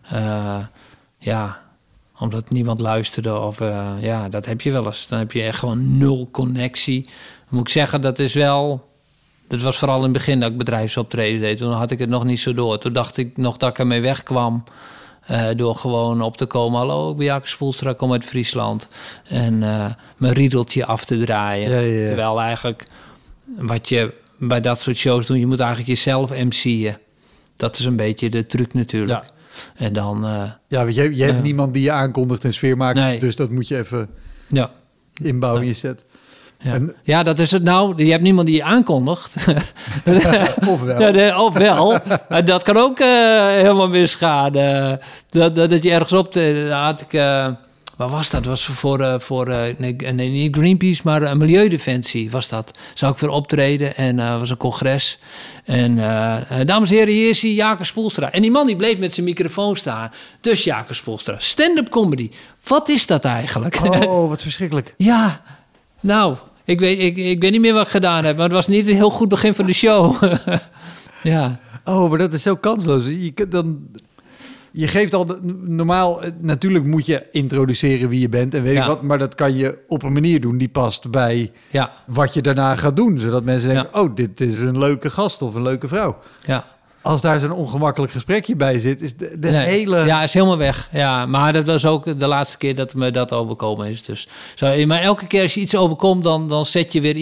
Omdat niemand luisterde. Of dat heb je wel eens. Dan heb je echt gewoon 0 connectie. Dan moet ik zeggen, dat was vooral in het begin dat ik bedrijfsoptreden deed. Toen had ik het nog niet zo door. Toen dacht ik nog dat ik ermee wegkwam. Door gewoon op te komen. Hallo, ik ben Jaak Spoelstra, ik kom uit Friesland. En mijn riedeltje af te draaien. Ja. Terwijl eigenlijk wat je bij dat soort shows doet, je moet eigenlijk jezelf MC'en. Dat is een beetje de truc natuurlijk. Ja. En dan... want je hebt niemand die je aankondigt en sfeer maakt. Nee. Dus dat moet je even inbouwen in je set. Ja, dat is het nou. Je hebt niemand die je aankondigt. Ofwel. Ofwel. Dat kan ook helemaal misgaan. Dat je ergens op... had ik... Wat was dat? Dat was niet Greenpeace, maar een Milieudefensie was dat. Zou ik weer optreden en was een congres. En dames en heren, hier is Jaak Spoelstra. En die man die bleef met zijn microfoon staan. Dus Jaak Spoelstra, stand-up comedy. Wat is dat eigenlijk? Oh, wat verschrikkelijk. Ja, nou, ik weet niet meer wat ik gedaan heb. Maar het was niet een heel goed begin van de show. Ja. Oh, maar dat is zo kansloos. Je geeft al normaal, natuurlijk moet je introduceren wie je bent en weet ik wat, maar dat kan je op een manier doen die past bij wat je daarna gaat doen, zodat mensen denken, oh, dit is een leuke gast of een leuke vrouw. Ja. Als daar zo'n ongemakkelijk gesprekje bij zit, is de hele... Ja, is helemaal weg. Ja, maar dat was ook de laatste keer dat me dat overkomen is. Dus, maar elke keer als je iets overkomt, dan zet je weer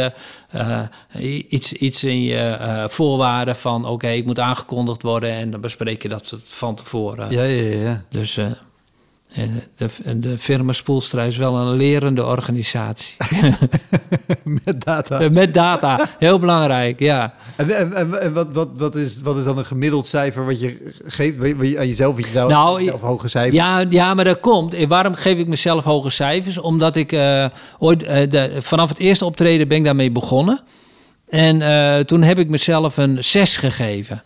iets in je voorwaarden van... oké, ik moet aangekondigd worden en dan bespreek je dat van tevoren. Ja. Dus... De firma Spoelstra is wel een lerende organisatie. Met data. Met data, heel belangrijk, ja. En wat is dan een gemiddeld cijfer wat je geeft aan jezelf? Of hoge cijfers? Ja, maar dat komt. Waarom geef ik mezelf hoge cijfers? Omdat ik vanaf het eerste optreden ben ik daarmee begonnen. En toen heb ik mezelf een 6 gegeven.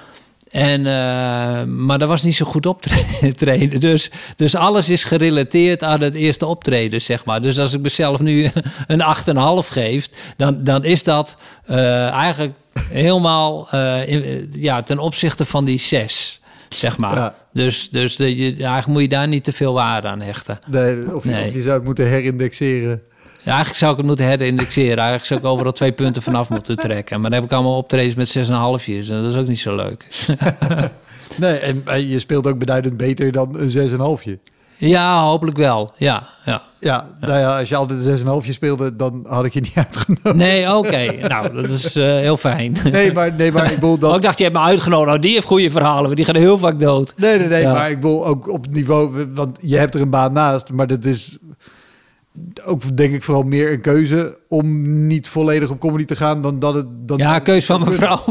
Maar dat was niet zo goed optreden. Dus alles is gerelateerd aan het eerste optreden, zeg maar. Dus als ik mezelf nu een 8,5 geef, dan is dat eigenlijk helemaal ten opzichte van die 6, zeg maar. Ja. Dus eigenlijk moet je daar niet te veel waarde aan hechten. Of je zou het moeten herindexeren. Ja, eigenlijk zou ik het moeten herindexeren. Eigenlijk zou ik overal 2 punten vanaf moeten trekken. Maar dan heb ik allemaal optredens met 6,5'jes. En dat is ook niet zo leuk. Nee, en je speelt ook beduidend beter dan een 6,5'je. Ja, hopelijk wel. Ja. Nou ja, als je altijd een 6,5'je speelde, dan had ik je niet uitgenodigd. Nee, oké. Nou, dat is heel fijn. Nee, maar ik bedoel dat... Oh, ik dacht, je hebt me uitgenodigd. Nou, die heeft goede verhalen, maar die gaan heel vaak dood. Nee, Ja. maar ik bedoel ook op het niveau... Want je hebt er een baan naast, maar dat is ook denk ik vooral meer een keuze om niet volledig op comedy te gaan dan dat het... Ja, keus van mijn vrouw.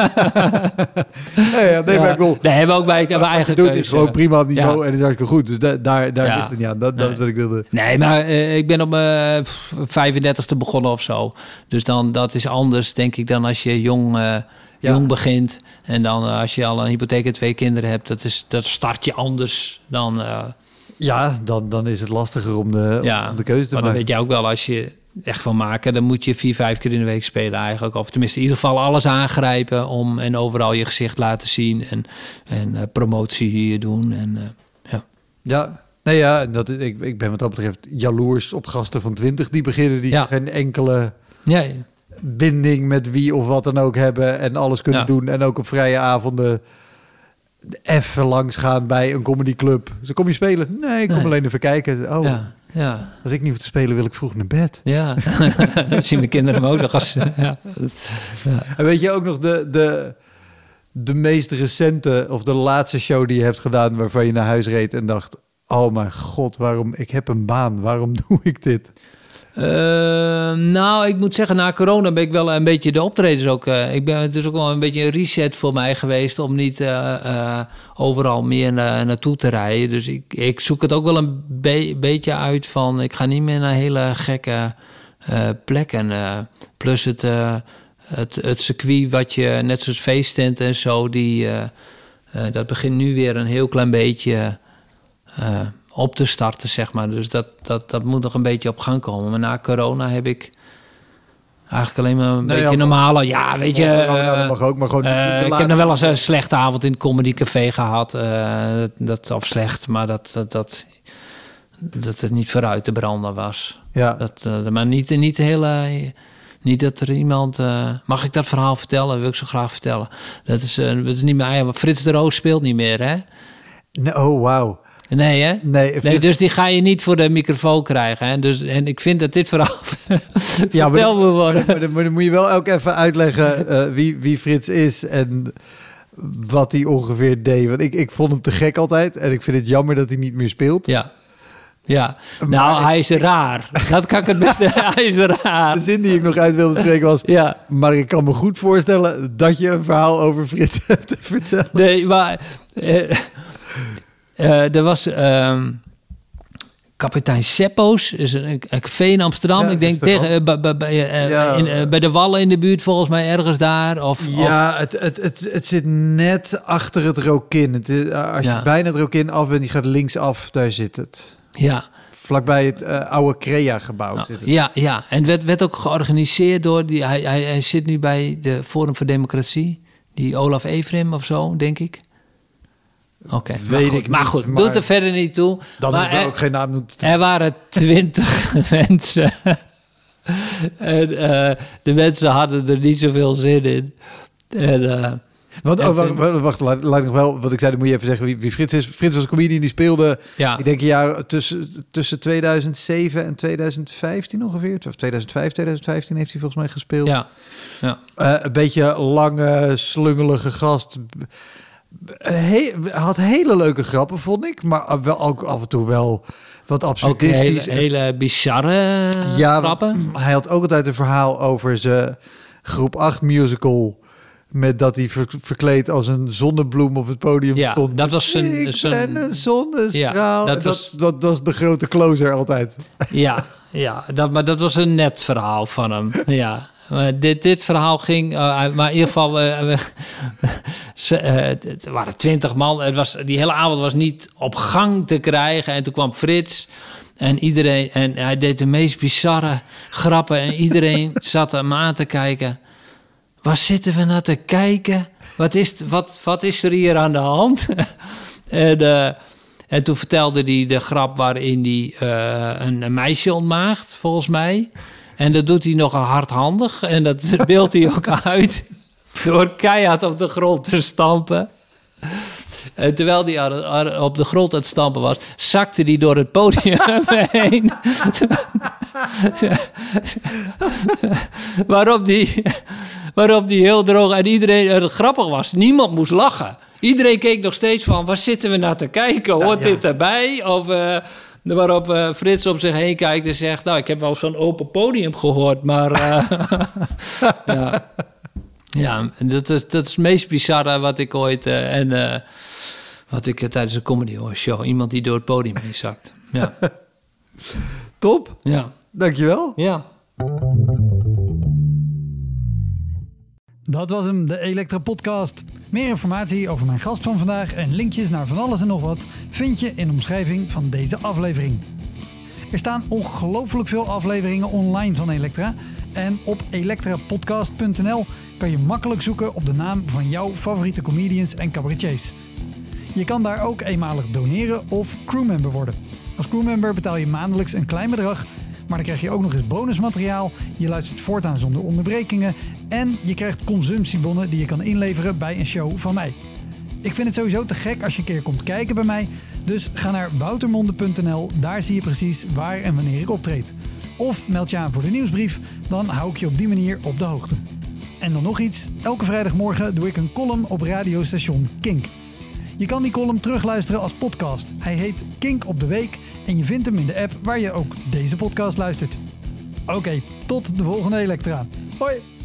Maar ik bedoel... Daar hebben we ook bij mijn eigen doet keuze. is gewoon prima op niveau Ja. en is hartstikke goed. Dus daar ligt het niet aan. Dat is wat ik wilde. Nee, maar ik ben op mijn 35e begonnen of zo. Dus dan, dat is anders, denk ik, dan als je jong begint. En dan als je al een hypotheek en 2 kinderen hebt, dat start je anders dan... Ja, dan is het lastiger om de keuze te maar maken. dan weet je ook wel, als je echt van maken, dan moet je 4-5 keer in de week spelen eigenlijk. Of tenminste in ieder geval alles aangrijpen en overal je gezicht laten zien en promotie doen. Ik ben wat dat betreft jaloers op gasten van 20 die beginnen, die geen enkele binding met wie of wat dan ook hebben en alles kunnen doen en ook op vrije avonden even langs gaan bij een comedyclub. Dus kom je spelen? Nee, ik kom alleen even kijken. Oh, als ik niet hoef te spelen, wil ik vroeg naar bed. Ja, dat zien mijn kinderen ook nog als... En weet je ook nog de meest recente of de laatste show die je hebt gedaan waarvan je naar huis reed en dacht, oh mijn god, ik heb een baan, waarom doe ik dit? Nou, ik moet zeggen, na corona ben ik wel een beetje de optredens ook... het is ook wel een beetje een reset voor mij geweest om niet overal meer naartoe te rijden. Dus ik zoek het ook wel een beetje uit van... Ik ga niet meer naar hele gekke plekken. Plus het circuit wat je, net zoals feesttent en zo... dat begint nu weer een heel klein beetje... op te starten, zeg maar. Dus dat moet nog een beetje op gang komen. Maar na corona heb ik eigenlijk alleen maar een beetje normale... Ja, weet je... dat mag ook, maar gewoon... ik heb nog wel eens een slechte avond in het Comedy Café gehad. Of slecht, maar dat het niet vooruit te branden was. Ja. Maar niet hele... Niet dat er iemand... mag ik dat verhaal vertellen? Dat wil ik zo graag vertellen. Dat is niet meer... Maar Frits de Roos speelt niet meer, hè? Oh, wauw. Nee, hè? Nee, dus die ga je niet voor de microfoon krijgen. Hè? En ik vind dat dit verhaal verteld moet worden. Maar dan moet je wel ook even uitleggen wie Frits is en wat hij ongeveer deed. Want ik vond hem te gek altijd en ik vind het jammer dat hij niet meer speelt. Ja. Nou, hij is raar. Dat kan ik het beste. Hij is raar. De zin die ik nog uit wilde spreken was... Maar ik kan me goed voorstellen dat je een verhaal over Frits hebt te vertellen. Nee, maar... er was kapitein Seppo's, is een café in Amsterdam. Ik denk bij de Wallen in de buurt, volgens mij ergens daar. Het zit net achter het Rokin. Als je bijna het Rokin af bent, die gaat linksaf, daar zit het. Ja. Vlakbij het oude Crea-gebouw zit het. Ja. En werd ook georganiseerd door... Hij zit nu bij de Forum voor Democratie. Die Olaf Efrem of zo, denk ik. Oké, maar goed, doet er verder niet toe. Dan maar er ook geen naam noemen. Er waren 20 mensen. En de mensen hadden er niet zoveel zin in. Wacht, laat ik nog wel... Wat ik zei, dan moet je even zeggen wie Frits is. Frits was een comedian, die speelde... Ik denk een jaar tussen 2007 en 2015 ongeveer. Of 2005, 2015 heeft hij volgens mij gespeeld. Ja. Een beetje lange, slungelige gast... had hele leuke grappen, vond ik. Maar wel ook af en toe wel wat absurdistisch. Ook hele bizarre grappen. Hij had ook altijd een verhaal over zijn groep 8 musical... met dat hij verkleed als een zonnebloem op het podium stond. Dat was ik ben een zonnestraal. Ja, dat was de grote closer altijd. Maar dat was een net verhaal van hem. Ja. Maar dit verhaal ging... maar in ieder geval... het waren 20 man. Die hele avond was niet op gang te krijgen. En toen kwam Frits. En hij deed de meest bizarre grappen. En iedereen zat hem aan te kijken. Waar zitten we naar te kijken? Wat is er hier aan de hand? En toen vertelde hij de grap waarin hij een meisje ontmaagt, volgens mij. En dat doet hij nogal hardhandig. En dat beeldt hij ook uit door keihard op de grond te stampen. En terwijl hij op de grond aan het stampen was, zakte hij door het podium heen. Waarop die heel droog... En iedereen... Het grappig was, niemand moest lachen. Iedereen keek nog steeds van, waar zitten we naar te kijken? Hoort dit erbij? Of... waarop Frits om zich heen kijkt en zegt... Nou, ik heb wel zo'n open podium gehoord, maar... Ja, dat is het meest bizarre wat ik ooit... wat ik tijdens een comedy show... Iemand die door het podium heen zakt. Ja. Top. Ja. Dankjewel. Ja. Dat was hem, de Elektra Podcast. Meer informatie over mijn gast van vandaag en linkjes naar van alles en nog wat vind je in de omschrijving van deze aflevering. Er staan ongelooflijk veel afleveringen online van Elektra en op elektrapodcast.nl kan je makkelijk zoeken op de naam van jouw favoriete comedians en cabaretiers. Je kan daar ook eenmalig doneren of crewmember worden. Als crewmember betaal je maandelijks een klein bedrag, maar dan krijg je ook nog eens bonusmateriaal, je luistert voortaan zonder onderbrekingen en je krijgt consumptiebonnen die je kan inleveren bij een show van mij. Ik vind het sowieso te gek als je een keer komt kijken bij mij, dus ga naar woutermonde.nl, daar zie je precies waar en wanneer ik optreed. Of meld je aan voor de nieuwsbrief, dan hou ik je op die manier op de hoogte. En dan nog iets, elke vrijdagmorgen doe ik een column op radiostation Kink. Je kan die column terugluisteren als podcast. Hij heet Kink op de Week en je vindt hem in de app waar je ook deze podcast luistert. Oké, tot de volgende Elektra. Hoi!